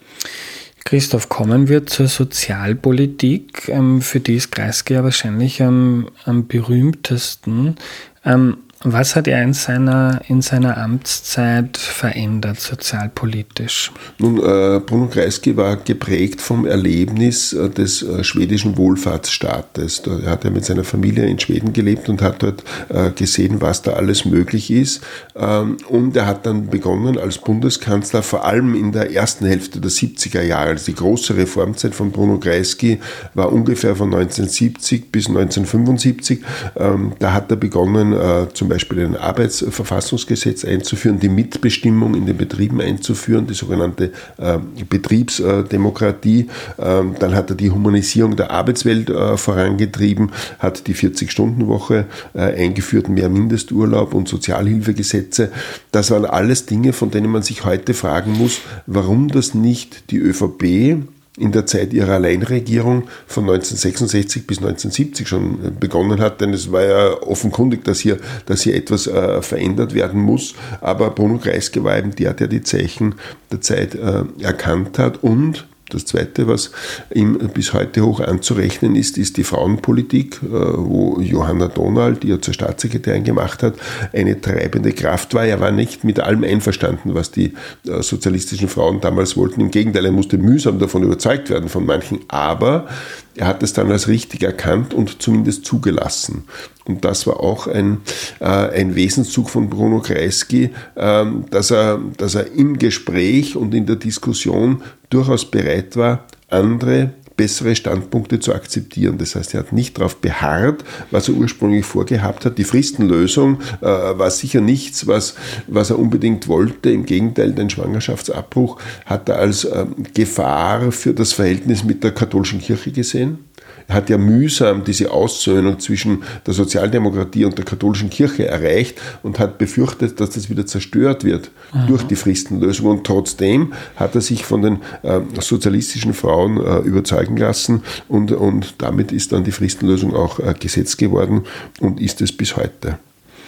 Christoph, kommen wir zur Sozialpolitik. Ähm, für die ist Kreisky ja wahrscheinlich am, am berühmtesten. Ähm, was hat er in seiner, in seiner Amtszeit verändert, sozialpolitisch? Nun, äh, Bruno Kreisky war geprägt vom Erlebnis äh, des äh, schwedischen Wohlfahrtsstaates. Da, er hat ja mit seiner Familie in Schweden gelebt und hat dort äh, gesehen, was da alles möglich ist. Ähm, und er hat dann begonnen als Bundeskanzler, vor allem in der ersten Hälfte der siebziger Jahre, also die große Reformzeit von Bruno Kreisky war ungefähr von neunzehnhundertsiebzig bis neunzehnhundertfünfundsiebzig. Ähm, da hat er begonnen, äh, zum Beispiel ein Arbeitsverfassungsgesetz einzuführen, die Mitbestimmung in den Betrieben einzuführen, die sogenannte äh, Betriebsdemokratie. Ähm, dann hat er die Humanisierung der Arbeitswelt äh, vorangetrieben, hat die vierzig-Stunden-Woche äh, eingeführt, mehr Mindesturlaub und Sozialhilfegesetze. Das waren alles Dinge, von denen man sich heute fragen muss, warum das nicht die ÖVP in der Zeit ihrer Alleinregierung von neunzehnhundertsechsundsechzig bis neunzehnhundertsiebzig schon begonnen hat, denn es war ja offenkundig, dass hier, dass hier etwas äh, verändert werden muss, aber Bruno Kreisky war eben der, der die Zeichen der Zeit äh, erkannt hat. Und das Zweite, was ihm bis heute hoch anzurechnen ist, ist die Frauenpolitik, wo Johanna Donald, die er zur Staatssekretärin gemacht hat, eine treibende Kraft war. Er war nicht mit allem einverstanden, was die sozialistischen Frauen damals wollten. Im Gegenteil, er musste mühsam davon überzeugt werden von manchen, aber er hat es dann als richtig erkannt und zumindest zugelassen. Und das war auch ein, äh, ein Wesenszug von Bruno Kreisky, äh, dass er, dass er im Gespräch und in der Diskussion durchaus bereit war, andere bessere Standpunkte zu akzeptieren. Das heißt, er hat nicht darauf beharrt, was er ursprünglich vorgehabt hat. Die Fristenlösung äh, war sicher nichts, was, was er unbedingt wollte. Im Gegenteil, den Schwangerschaftsabbruch hat er als äh, Gefahr für das Verhältnis mit der katholischen Kirche gesehen. Er hat ja mühsam diese Aussöhnung zwischen der Sozialdemokratie und der katholischen Kirche erreicht und hat befürchtet, dass das wieder zerstört wird mhm. durch die Fristenlösung. Und trotzdem hat er sich von den äh, sozialistischen Frauen äh, überzeugen lassen und, und damit ist dann die Fristenlösung auch äh, Gesetz geworden und ist es bis heute.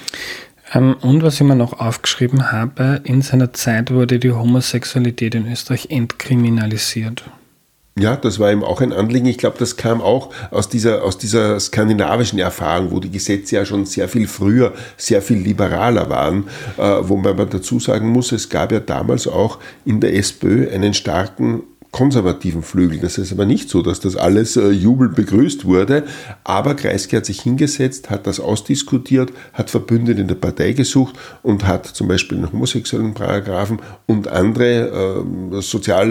Ähm, und was ich mir noch aufgeschrieben habe, in seiner Zeit wurde die Homosexualität in Österreich entkriminalisiert. Ja, das war ihm auch ein Anliegen. Ich glaube, das kam auch aus dieser, aus dieser skandinavischen Erfahrung, wo die Gesetze ja schon sehr viel früher, sehr viel liberaler waren. Äh, wobei man dazu sagen muss, es gab ja damals auch in der SPÖ einen starken konservativen Flügel. Das ist aber nicht so, dass das alles äh, jubelnd begrüßt wurde, aber Kreisky hat sich hingesetzt, hat das ausdiskutiert, hat Verbündete in der Partei gesucht und hat zum Beispiel den homosexuellen Paragraphen und andere äh,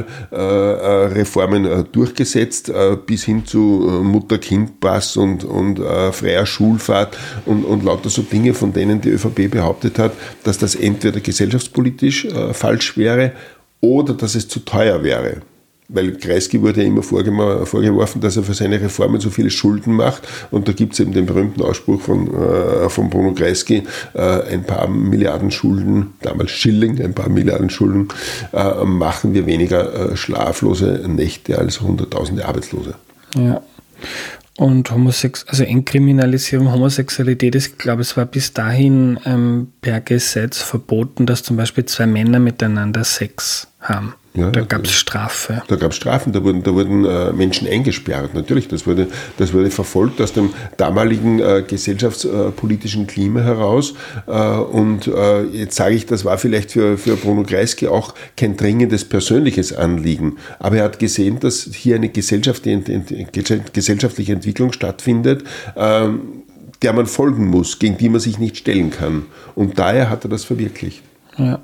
Sozialreformen äh, äh, durchgesetzt, äh, bis hin zu äh, Mutter-Kind-Pass und, und äh, freier Schulfahrt und, und lauter so Dinge, von denen die ÖVP behauptet hat, dass das entweder gesellschaftspolitisch äh, falsch wäre oder dass es zu teuer wäre. Weil Kreisky wurde ja immer vorgeworfen, dass er für seine Reformen so viele Schulden macht. Und da gibt es eben den berühmten Ausspruch von, äh, von Bruno Kreisky, äh, ein paar Milliarden Schulden, damals Schilling, ein paar Milliarden Schulden, äh, machen wir weniger äh, schlaflose Nächte als hunderttausende Arbeitslose. Ja. Und Homosex, also Entkriminalisierung Homosexualität ist, ich glaube, es war bis dahin ähm, per Gesetz verboten, dass zum Beispiel zwei Männer miteinander Sex haben. Ja, da gab es Strafe. Da gab es Strafen, da wurden, da wurden äh, Menschen eingesperrt. Natürlich, das wurde, das wurde verfolgt aus dem damaligen äh, gesellschaftspolitischen Klima heraus. Äh, und äh, jetzt sage ich, das war vielleicht für, für Bruno Kreisky auch kein dringendes persönliches Anliegen. Aber er hat gesehen, dass hier eine gesellschaftliche, gesellschaftliche Entwicklung stattfindet, äh, der man folgen muss, gegen die man sich nicht stellen kann. Und daher hat er das verwirklicht. Ja.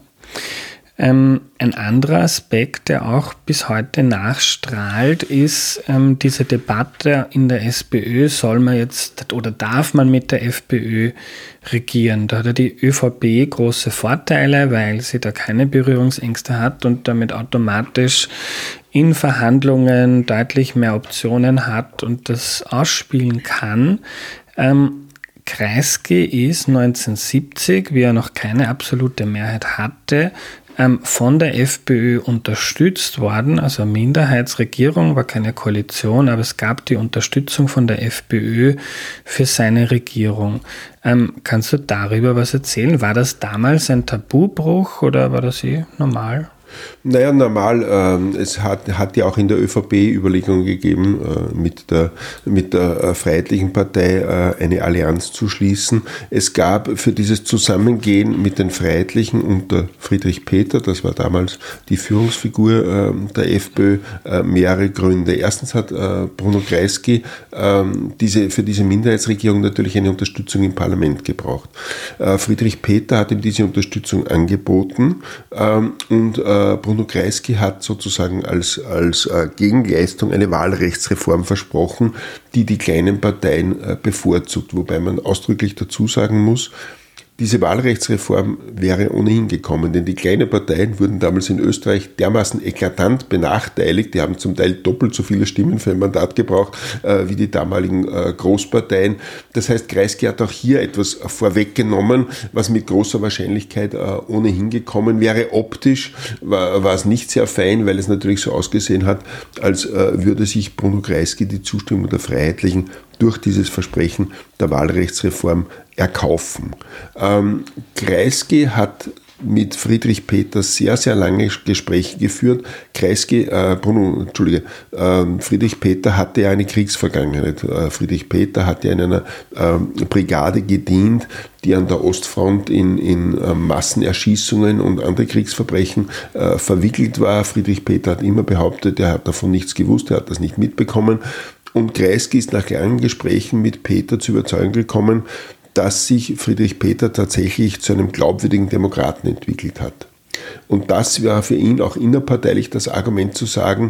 Ähm, ein anderer Aspekt, der auch bis heute nachstrahlt, ist ähm, diese Debatte in der SPÖ, soll man jetzt oder darf man mit der FPÖ regieren? Da hat ja die ÖVP große Vorteile, weil sie da keine Berührungsängste hat und damit automatisch in Verhandlungen deutlich mehr Optionen hat und das ausspielen kann. Ähm, Kreisky ist neunzehnhundertsiebzig, wie er noch keine absolute Mehrheit hatte, von der FPÖ unterstützt worden, also eine Minderheitsregierung, war keine Koalition, aber es gab die Unterstützung von der FPÖ für seine Regierung. Ähm, kannst du darüber was erzählen? War das damals ein Tabubruch oder war das eh normal? Naja, normal. Äh, es hat, hat ja auch in der ÖVP Überlegungen gegeben, äh, mit der, mit der äh, Freiheitlichen Partei äh, eine Allianz zu schließen. Es gab für dieses Zusammengehen mit den Freiheitlichen unter Friedrich Peter, das war damals die Führungsfigur äh, der FPÖ, äh, mehrere Gründe. Erstens hat äh, Bruno Kreisky äh, diese, für diese Minderheitsregierung natürlich eine Unterstützung im Parlament gebraucht. Äh, Friedrich Peter hat ihm diese Unterstützung angeboten äh, und äh, Bruno Kreisky hat sozusagen als, als Gegenleistung eine Wahlrechtsreform versprochen, die die kleinen Parteien bevorzugt, wobei man ausdrücklich dazu sagen muss, diese Wahlrechtsreform wäre ohnehin gekommen, denn die kleinen Parteien wurden damals in Österreich dermaßen eklatant benachteiligt, die haben zum Teil doppelt so viele Stimmen für ein Mandat gebraucht äh, wie die damaligen äh, Großparteien. Das heißt, Kreisky hat auch hier etwas vorweggenommen, was mit großer Wahrscheinlichkeit äh, ohnehin gekommen wäre. Optisch war, war es nicht sehr fein, weil es natürlich so ausgesehen hat, als äh, würde sich Bruno Kreisky die Zustimmung der Freiheitlichen durch dieses Versprechen der Wahlrechtsreform erkaufen. Ähm, Kreisky hat mit Friedrich Peter sehr, sehr lange Gespräche geführt. Kreisky, äh, Bruno, Entschuldige, äh, Friedrich Peter hatte ja eine Kriegsvergangenheit. Äh, Friedrich Peter hatte in einer äh, Brigade gedient, die an der Ostfront in, in äh, Massenerschießungen und andere Kriegsverbrechen äh, verwickelt war. Friedrich Peter hat immer behauptet, er hat davon nichts gewusst, er hat das nicht mitbekommen. Und Kreisky ist nach langen Gesprächen mit Peter zur Überzeugung gekommen, dass sich Friedrich Peter tatsächlich zu einem glaubwürdigen Demokraten entwickelt hat. Und das war für ihn auch innerparteilich das Argument zu sagen,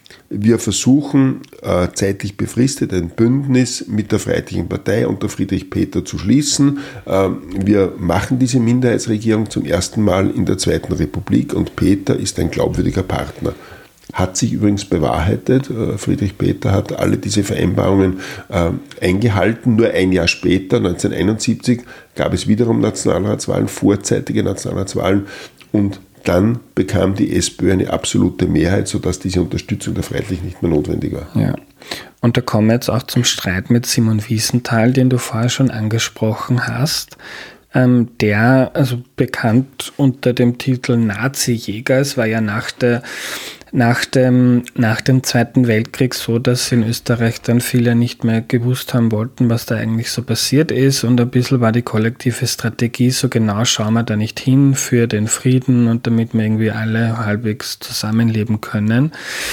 wir versuchen äh, zeitlich befristet ein Bündnis mit der Freiheitlichen Partei unter Friedrich Peter zu schließen. Äh, wir machen diese Minderheitsregierung zum ersten Mal in der Zweiten Republik und Peter ist ein glaubwürdiger Partner. Hat sich übrigens bewahrheitet. Äh, Friedrich Peter hat alle diese Vereinbarungen äh, eingehalten. Nur ein Jahr später, neunzehnhunderteinundsiebzig, gab es wiederum Nationalratswahlen, vorzeitige Nationalratswahlen und dann bekam die SPÖ eine absolute Mehrheit, sodass diese Unterstützung der Freiheitlichen nicht mehr notwendig war. Ja. Und da kommen wir jetzt auch zum Streit mit Simon Wiesenthal, den du vorher schon angesprochen hast. Ähm, der, also bekannt unter dem Titel Nazi-Jäger, es war ja nach der Nach dem, nach dem Zweiten Weltkrieg so, dass in Österreich dann viele nicht mehr gewusst haben wollten, was da eigentlich so passiert ist, und ein bisschen war die kollektive Strategie, so genau schauen wir da nicht hin für den Frieden und damit wir irgendwie alle halbwegs zusammenleben können.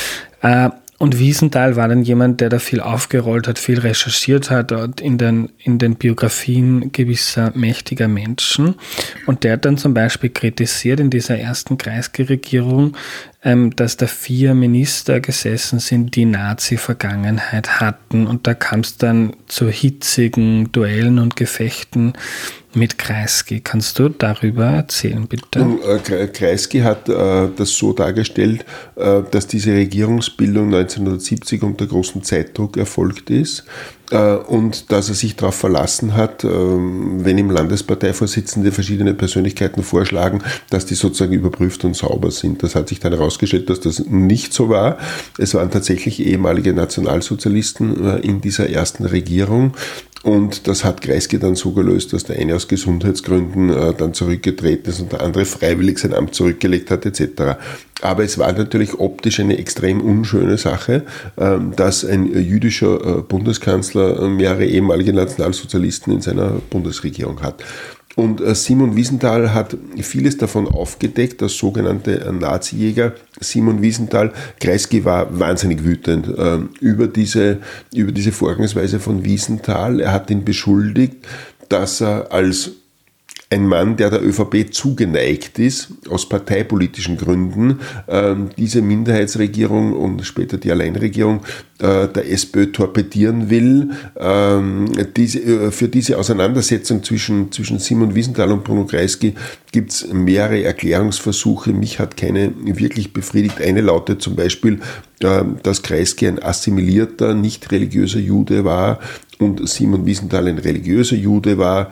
Äh, Und Wiesenthal war dann jemand, der da viel aufgerollt hat, viel recherchiert hat in den, in den Biografien gewisser mächtiger Menschen. Und der hat dann zum Beispiel kritisiert in dieser ersten Kreisky-Regierung, ähm, dass da vier Minister gesessen sind, die Nazi-Vergangenheit hatten. Und da kam es dann zu hitzigen Duellen und Gefechten mit Kreisky. Kannst du darüber erzählen, bitte? Und, äh, Kreisky hat äh, das so dargestellt, äh, dass diese Regierungsbildung neunzehnhundertsiebzig unter großem Zeitdruck erfolgt ist äh, und dass er sich darauf verlassen hat, äh, wenn ihm Landesparteivorsitzende verschiedene Persönlichkeiten vorschlagen, dass die sozusagen überprüft und sauber sind. Das hat sich dann herausgestellt, dass das nicht so war. Es waren tatsächlich ehemalige Nationalsozialisten äh, in dieser ersten Regierung. Und das hat Kreisky dann so gelöst, dass der eine aus Gesundheitsgründen äh, dann zurückgetreten ist und der andere freiwillig sein Amt zurückgelegt hat et cetera. Aber es war natürlich optisch eine extrem unschöne Sache, äh, dass ein jüdischer äh, Bundeskanzler mehrere ehemalige Nationalsozialisten in seiner Bundesregierung hat. Und äh, Simon Wiesenthal hat vieles davon aufgedeckt, das sogenannte Nazi-Jäger. Simon Wiesenthal, Kreisky war wahnsinnig wütend äh, über, diese, über diese Vorgangsweise von Wiesenthal. Er hat ihn beschuldigt, dass er als ein Mann, der der ÖVP zugeneigt ist, aus parteipolitischen Gründen, äh, diese Minderheitsregierung und später die Alleinregierung äh, der SPÖ torpedieren will. Ähm, diese, äh, für diese Auseinandersetzung zwischen, zwischen Simon Wiesenthal und Bruno Kreisky gibt es mehrere Erklärungsversuche. Mich hat keine wirklich befriedigt. Eine lautet zum Beispiel, äh, dass Kreisky ein assimilierter, nicht religiöser Jude war und Simon Wiesenthal ein religiöser Jude war.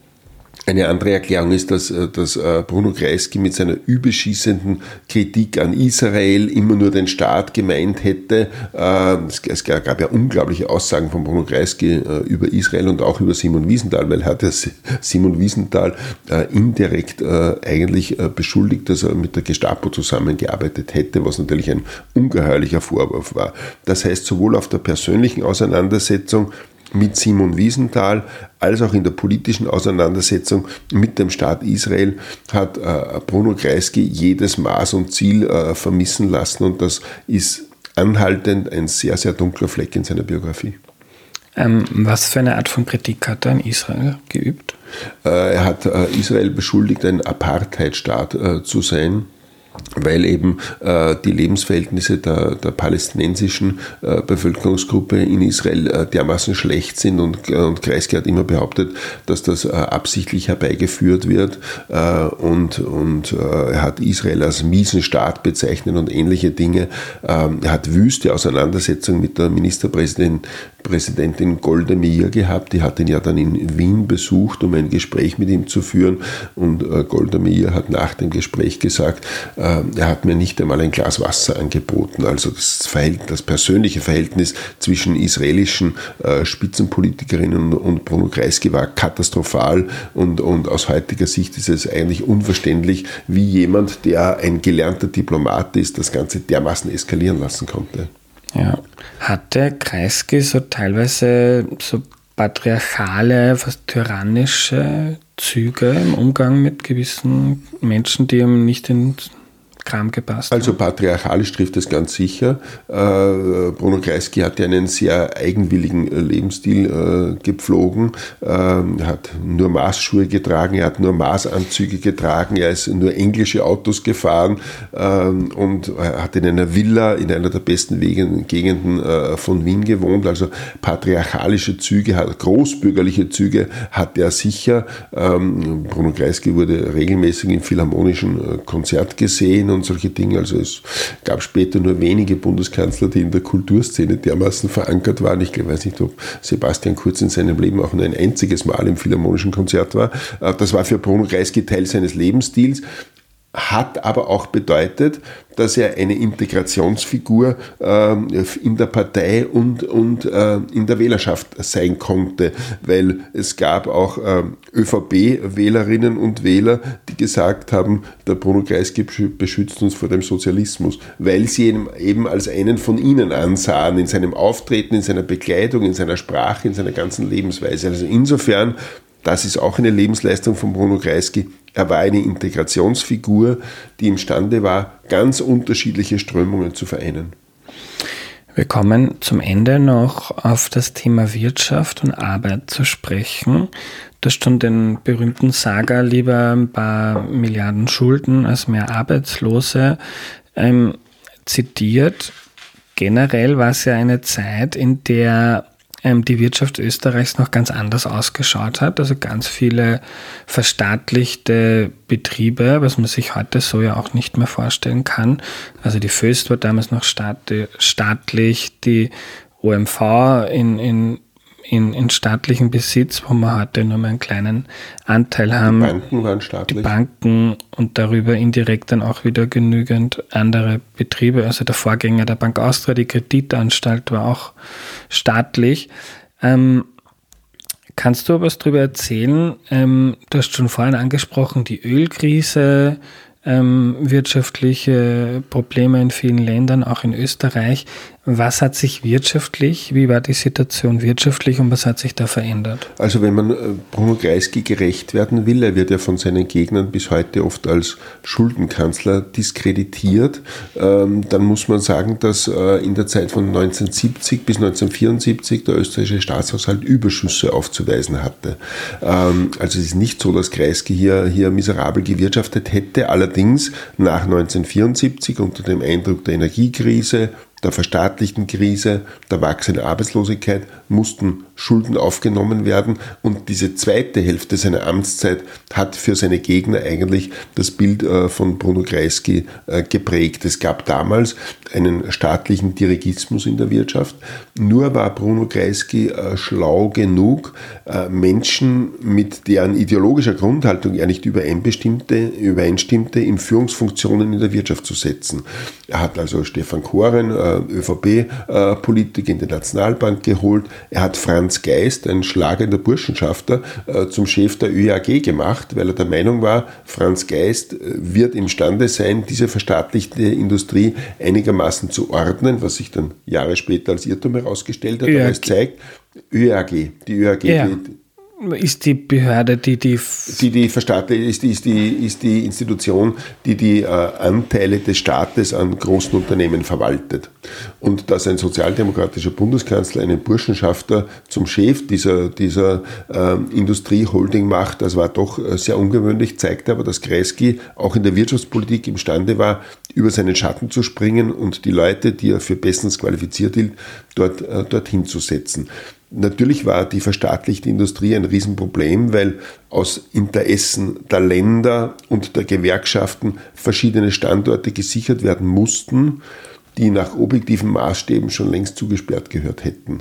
Eine andere Erklärung ist, dass, dass Bruno Kreisky mit seiner überschießenden Kritik an Israel immer nur den Staat gemeint hätte. Es gab ja unglaubliche Aussagen von Bruno Kreisky über Israel und auch über Simon Wiesenthal, weil er hat ja Simon Wiesenthal indirekt eigentlich beschuldigt, dass er mit der Gestapo zusammengearbeitet hätte, was natürlich ein ungeheuerlicher Vorwurf war. Das heißt, sowohl auf der persönlichen Auseinandersetzung mit Simon Wiesenthal, als auch in der politischen Auseinandersetzung mit dem Staat Israel hat äh, Bruno Kreisky jedes Maß und Ziel äh, vermissen lassen, und das ist anhaltend ein sehr, sehr dunkler Fleck in seiner Biografie. Ähm, was für eine Art von Kritik hat er an Israel geübt? Äh, er hat äh, Israel beschuldigt, ein Apartheidstaat äh, zu sein, weil eben äh, die Lebensverhältnisse der, der palästinensischen äh, Bevölkerungsgruppe in Israel äh, dermaßen schlecht sind, und, äh, und Kreisky hat immer behauptet, dass das äh, absichtlich herbeigeführt wird, äh, und, und äh, er hat Israel als miesen Staat bezeichnet und ähnliche Dinge. Äh, er hat wüste Auseinandersetzungen mit der Ministerpräsidentin Präsidentin Golda Meir gehabt. Die hat ihn ja dann in Wien besucht, um ein Gespräch mit ihm zu führen, und äh, Golda Meir hat nach dem Gespräch gesagt, äh, er hat mir nicht einmal ein Glas Wasser angeboten. Also das, Verhältnis, das persönliche Verhältnis zwischen israelischen äh, Spitzenpolitikerinnen und, und Bruno Kreisky war katastrophal, und, und aus heutiger Sicht ist es eigentlich unverständlich, wie jemand, der ein gelernter Diplomat ist, das Ganze dermaßen eskalieren lassen konnte. Ja. Hatte Kreisky so teilweise so patriarchale, fast tyrannische Züge im Umgang mit gewissen Menschen, die ihm nicht ins Kram gepasst Also hat. patriarchalisch trifft es ganz sicher. Äh, Bruno Kreisky hatte einen sehr eigenwilligen Lebensstil äh, gepflogen. Äh, er hat nur Maßschuhe getragen, er hat nur Maßanzüge getragen, er ist nur englische Autos gefahren äh, und er hat in einer Villa in einer der besten Wegen, Gegenden äh, von Wien gewohnt. Also patriarchalische Züge, großbürgerliche Züge hatte er sicher. Ähm, Bruno Kreisky wurde regelmäßig im Philharmonischen äh, Konzert gesehen und solche Dinge. Also es gab später nur wenige Bundeskanzler, die in der Kulturszene dermaßen verankert waren. Ich weiß nicht, ob Sebastian Kurz in seinem Leben auch nur ein einziges Mal im Philharmonischen Konzert war. Äh, das war für Bruno Kreisky Teil seines Lebensstils. Hat aber auch bedeutet, dass er eine Integrationsfigur äh, in der Partei und, und äh, in der Wählerschaft sein konnte, weil es gab auch äh, ÖVP-Wählerinnen und Wähler, die gesagt haben, der Bruno Kreisky beschützt uns vor dem Sozialismus, weil sie ihn eben als einen von ihnen ansahen, in seinem Auftreten, in seiner Bekleidung, in seiner Sprache, in seiner ganzen Lebensweise. Also insofern, das ist auch eine Lebensleistung von Bruno Kreisky. Er war eine Integrationsfigur, die imstande war, ganz unterschiedliche Strömungen zu vereinen. Wir kommen zum Ende noch auf das Thema Wirtschaft und Arbeit zu sprechen. Du hast schon den berühmten Saga, lieber ein paar Milliarden Schulden als mehr Arbeitslose, ähm, zitiert. Generell war es ja eine Zeit, in der die Wirtschaft Österreichs noch ganz anders ausgeschaut hat. Also ganz viele verstaatlichte Betriebe, was man sich heute so ja auch nicht mehr vorstellen kann. Also die Föst war damals noch staatlich, die O M V in, in, in, in staatlichem Besitz, wo wir heute nur mehr einen kleinen Anteil haben. Die Banken waren staatlich. Die Banken und darüber indirekt dann auch wieder genügend andere Betriebe. Also der Vorgänger der Bank Austria, die Kreditanstalt, war auch staatlich. Ähm, kannst du was darüber erzählen? Ähm, du hast schon vorhin angesprochen, die Ölkrise, ähm, wirtschaftliche Probleme in vielen Ländern, auch in Österreich. Was hat sich wirtschaftlich, wie war die Situation wirtschaftlich und was hat sich da verändert? Also wenn man Bruno Kreisky gerecht werden will, er wird ja von seinen Gegnern bis heute oft als Schuldenkanzler diskreditiert, ähm, dann muss man sagen, dass äh, in der Zeit von neunzehnhundertsiebzig bis neunzehnhundertvierundsiebzig der österreichische Staatshaushalt Überschüsse aufzuweisen hatte. Ähm, also es ist nicht so, dass Kreisky hier, hier miserabel gewirtschaftet hätte, allerdings nach neunzehnhundertvierundsiebzig unter dem Eindruck der Energiekrise, der verstaatlichten Krise, der wachsenden Arbeitslosigkeit mussten Schulden aufgenommen werden und diese zweite Hälfte seiner Amtszeit hat für seine Gegner eigentlich das Bild von Bruno Kreisky geprägt. Es gab damals einen staatlichen Dirigismus in der Wirtschaft, nur war Bruno Kreisky schlau genug, Menschen, mit deren ideologischer Grundhaltung er nicht übereinstimmte, übereinstimmte, in Führungsfunktionen in der Wirtschaft zu setzen. Er hat also Stefan Koren, ÖVP-Politiker, in die Nationalbank geholt. Er hat Franz Geist, ein schlagender Burschenschafter, zum Chef der Ö A G gemacht, weil er der Meinung war, Franz Geist wird imstande sein, diese verstaatlichte Industrie einigermaßen zu ordnen, was sich dann Jahre später als Irrtum herausgestellt hat. Aber es zeigt, Ö A G, die Ö A G, ja. die, ist die Behörde, die die... Die, die verstaatlicht ist, ist, die, ist die Institution, die die äh, Anteile des Staates an großen Unternehmen verwaltet. Und dass ein sozialdemokratischer Bundeskanzler einen Burschenschafter zum Chef dieser, dieser äh, Industrieholding macht, das war doch äh, sehr ungewöhnlich, zeigte aber, dass Kreisky auch in der Wirtschaftspolitik imstande war, über seinen Schatten zu springen und die Leute, die er für bestens qualifiziert hielt, dort, äh, dorthin zu setzen. Natürlich war die verstaatlichte Industrie ein Riesenproblem, weil aus Interessen der Länder und der Gewerkschaften verschiedene Standorte gesichert werden mussten, die nach objektiven Maßstäben schon längst zugesperrt gehört hätten.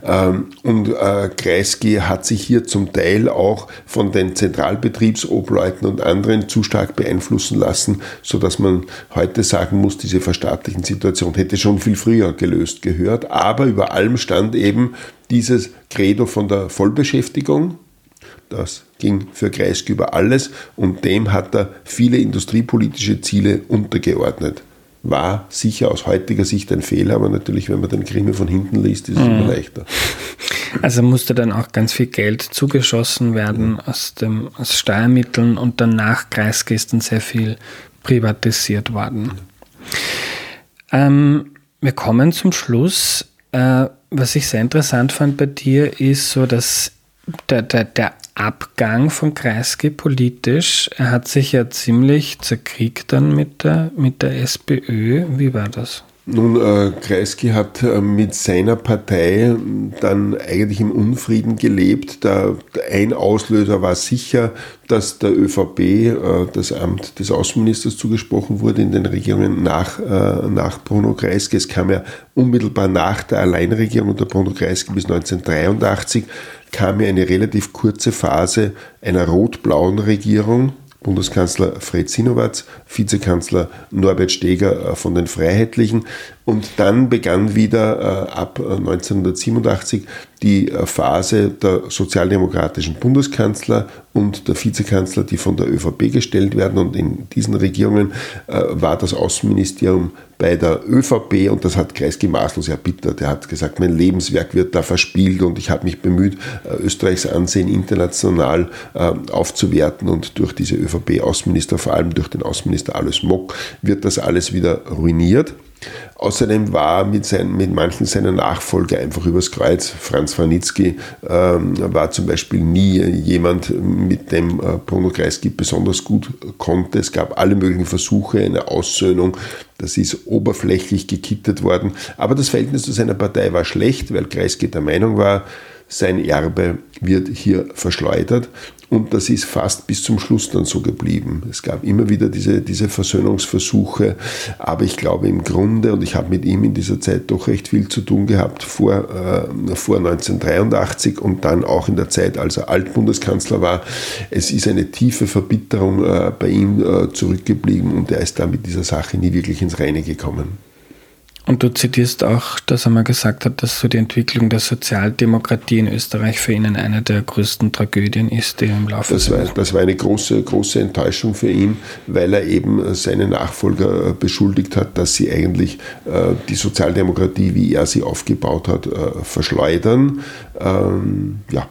Und Kreisky hat sich hier zum Teil auch von den Zentralbetriebsobleuten und anderen zu stark beeinflussen lassen, sodass man heute sagen muss, diese verstaatlichen Situation hätte schon viel früher gelöst gehört. Aber über allem stand eben dieses Credo von der Vollbeschäftigung. Das ging für Kreisky über alles und dem hat er viele industriepolitische Ziele untergeordnet. War sicher aus heutiger Sicht ein Fehler, aber natürlich, wenn man den Krimi von hinten liest, ist es mhm. immer leichter. Also musste dann auch ganz viel Geld zugeschossen werden mhm. aus, dem, aus Steuermitteln und danach Kreisky ist dann sehr viel privatisiert worden. Ähm, wir kommen zum Schluss. Äh, was ich sehr interessant fand bei dir, ist so, dass der, der, der Abgang von Kreisky politisch, er hat sich ja ziemlich zerkriegt dann mit der, mit der SPÖ. Wie war das? Nun, äh, Kreisky hat äh, mit seiner Partei dann eigentlich im Unfrieden gelebt. Der, ein Auslöser war sicher, dass der ÖVP äh, das Amt des Außenministers zugesprochen wurde in den Regierungen nach, äh, nach Bruno Kreisky. Es kam ja unmittelbar nach der Alleinregierung unter Bruno Kreisky bis neunzehnhundertdreiundachtzig, kam ja eine relativ kurze Phase einer rot-blauen Regierung. Bundeskanzler Fred Sinowatz, Vizekanzler Norbert Steger von den Freiheitlichen. Und dann begann wieder äh, ab neunzehnhundertsiebenundachtzig die äh, Phase der sozialdemokratischen Bundeskanzler und der Vizekanzler, die von der ÖVP gestellt werden. Und in diesen Regierungen äh, war das Außenministerium bei der ÖVP und das hat Kreisky maßlos erbittert. Er hat gesagt, mein Lebenswerk wird da verspielt und ich habe mich bemüht, äh, Österreichs Ansehen international äh, aufzuwerten und durch diese ÖVP-Außenminister, vor allem durch den Außenminister Alois Mock, wird das alles wieder ruiniert. Außerdem war mit, seinen, mit manchen seiner Nachfolger einfach übers Kreuz. Franz Vranitzky ähm, war zum Beispiel nie jemand, mit dem äh, Bruno Kreisky besonders gut konnte. Es gab alle möglichen Versuche, eine Aussöhnung. Das ist oberflächlich gekittet worden. Aber das Verhältnis zu seiner Partei war schlecht, weil Kreisky der Meinung war, sein Erbe wird hier verschleudert. Und das ist fast bis zum Schluss dann so geblieben. Es gab immer wieder diese, diese Versöhnungsversuche, aber ich glaube im Grunde, und ich habe mit ihm in dieser Zeit doch recht viel zu tun gehabt, vor, äh, vor neunzehnhundertdreiundachtzig und dann auch in der Zeit, als er Altbundeskanzler war, es ist eine tiefe Verbitterung äh, bei ihm äh, zurückgeblieben und er ist da mit dieser Sache nie wirklich ins Reine gekommen. Und du zitierst auch, dass er mal gesagt hat, dass so die Entwicklung der Sozialdemokratie in Österreich für ihn eine der größten Tragödien ist, die im Laufe das war, das war eine große, große Enttäuschung für ihn, weil er eben seine Nachfolger beschuldigt hat, dass sie eigentlich äh, die Sozialdemokratie, wie er sie aufgebaut hat, äh, verschleudern. Ähm, ja.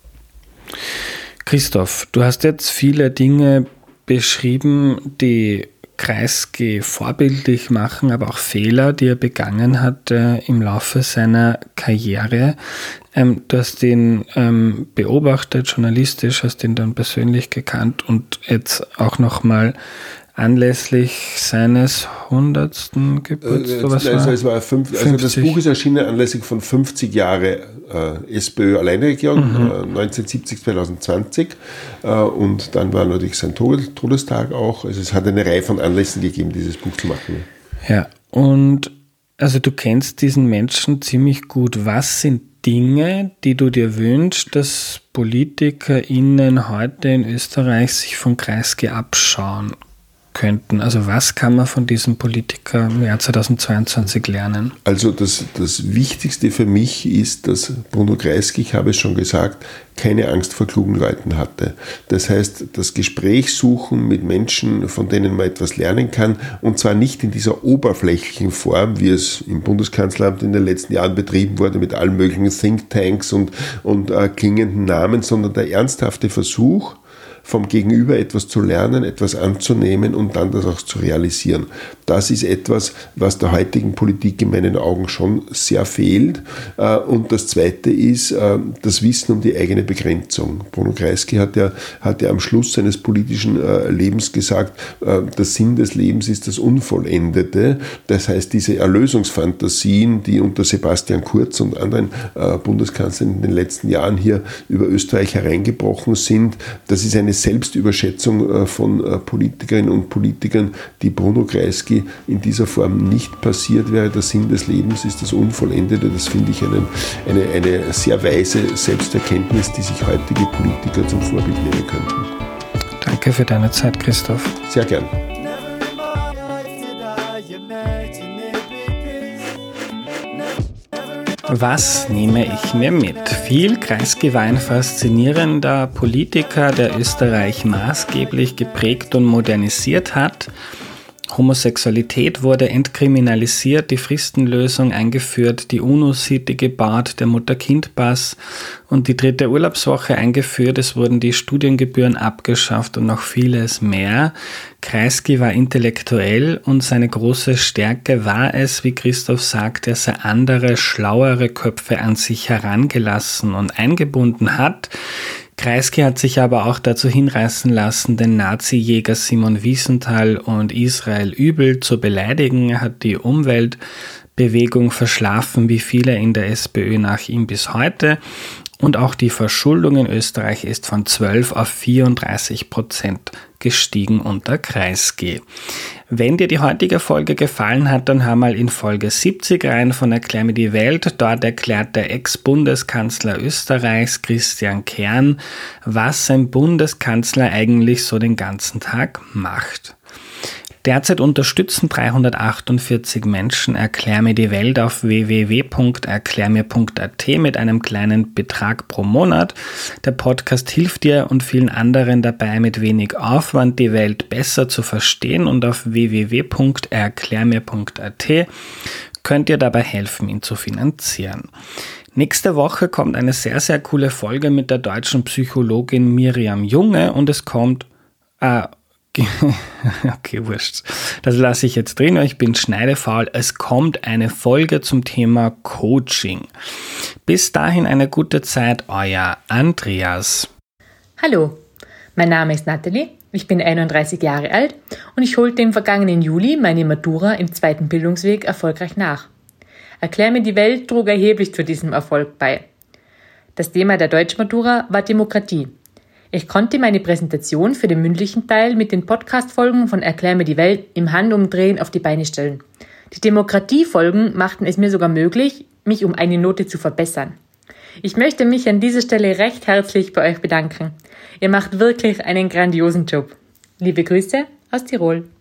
Christoph, du hast jetzt viele Dinge beschrieben, die Kreisky vorbildlich machen, aber auch Fehler, die er begangen hat äh, im Laufe seiner Karriere. Ähm, du hast ihn ähm, beobachtet, journalistisch, hast ihn dann persönlich gekannt und jetzt auch nochmal anlässlich seines hundertsten Geburtstags. Also, also, es war fünf, also das Buch ist erschienen anlässlich von fünfzig Jahre äh, SPÖ-Alleinregierung, mhm. äh, neunzehnhundertsiebzig bis zweitausendzwanzig. Äh, und dann war natürlich sein Tod, Todestag auch. Also es hat eine Reihe von Anlässen gegeben, dieses Buch zu machen. Ja, und also du kennst diesen Menschen ziemlich gut. Was sind Dinge, die du dir wünschst, dass PolitikerInnen heute in Österreich sich von Kreisky abschauen könnten? Also was kann man von diesem Politiker im Jahr zweitausendzweiundzwanzig lernen? Also das, das Wichtigste für mich ist, dass Bruno Kreisky, ich habe es schon gesagt, keine Angst vor klugen Leuten hatte. Das heißt, das Gespräch suchen mit Menschen, von denen man etwas lernen kann, und zwar nicht in dieser oberflächlichen Form, wie es im Bundeskanzleramt in den letzten Jahren betrieben wurde, mit allen möglichen Thinktanks und, und äh, klingenden Namen, sondern der ernsthafte Versuch, vom Gegenüber etwas zu lernen, etwas anzunehmen und dann das auch zu realisieren. Das ist etwas, was der heutigen Politik in meinen Augen schon sehr fehlt. Und das Zweite ist das Wissen um die eigene Begrenzung. Bruno Kreisky hat ja, hat ja am Schluss seines politischen Lebens gesagt, der Sinn des Lebens ist das Unvollendete. Das heißt, diese Erlösungsfantasien, die unter Sebastian Kurz und anderen Bundeskanzlern in den letzten Jahren hier über Österreich hereingebrochen sind, das ist eine Selbstüberschätzung von Politikerinnen und Politikern, die Bruno Kreisky in dieser Form nicht passiert wäre. Der Sinn des Lebens ist das Unvollendete. Das finde ich einen, eine, eine sehr weise Selbsterkenntnis, die sich heutige Politiker zum Vorbild nehmen könnten. Danke für deine Zeit, Christoph. Sehr gern. Was nehme ich mir mit? Viel Kreisky war ein faszinierender Politiker, der Österreich maßgeblich geprägt und modernisiert hat. Homosexualität wurde entkriminalisiert, die Fristenlösung eingeführt, die UNO-Sitte gebaut, der Mutter-Kind-Pass und die dritte Urlaubswoche eingeführt. Es wurden die Studiengebühren abgeschafft und noch vieles mehr. Kreisky war intellektuell und seine große Stärke war es, wie Christoph sagt, dass er andere, schlauere Köpfe an sich herangelassen und eingebunden hat. Kreisky hat sich aber auch dazu hinreißen lassen, den Nazi-Jäger Simon Wiesenthal und Israel Übel zu beleidigen. Er hat die Umweltbewegung verschlafen, wie viele in der SPÖ nach ihm bis heute. Und auch die Verschuldung in Österreich ist von zwölf auf vierunddreißig Prozent gestiegen unter Kreisky. Wenn dir die heutige Folge gefallen hat, dann hör mal in Folge siebzig rein von Erklär mir die Welt. Dort erklärt der Ex-Bundeskanzler Österreichs Christian Kern, was ein Bundeskanzler eigentlich so den ganzen Tag macht. Derzeit unterstützen dreihundertachtundvierzig Menschen Erklär mir die Welt auf w w w punkt erklär mir punkt a t mit einem kleinen Betrag pro Monat. Der Podcast hilft dir und vielen anderen dabei, mit wenig Aufwand die Welt besser zu verstehen, und auf w w w punkt erklär mir punkt a t könnt ihr dabei helfen, ihn zu finanzieren. Nächste Woche kommt eine sehr, sehr coole Folge mit der deutschen Psychologin Miriam Junge und es kommt... Äh, Okay, wurscht. Das lasse ich jetzt drin, ich bin schneidefaul. Es kommt eine Folge zum Thema Coaching. Bis dahin eine gute Zeit, euer Andreas. Hallo, mein Name ist Nathalie, ich bin einunddreißig Jahre alt und ich holte im vergangenen Juli meine Matura im zweiten Bildungsweg erfolgreich nach. Erklär mir die Welt trug erheblich zu diesem Erfolg bei. Das Thema der Deutschmatura war Demokratie. Ich konnte meine Präsentation für den mündlichen Teil mit den Podcast-Folgen von Erklär mir die Welt im Handumdrehen auf die Beine stellen. Die Demokratie-Folgen machten es mir sogar möglich, mich um eine Note zu verbessern. Ich möchte mich an dieser Stelle recht herzlich bei euch bedanken. Ihr macht wirklich einen grandiosen Job. Liebe Grüße aus Tirol.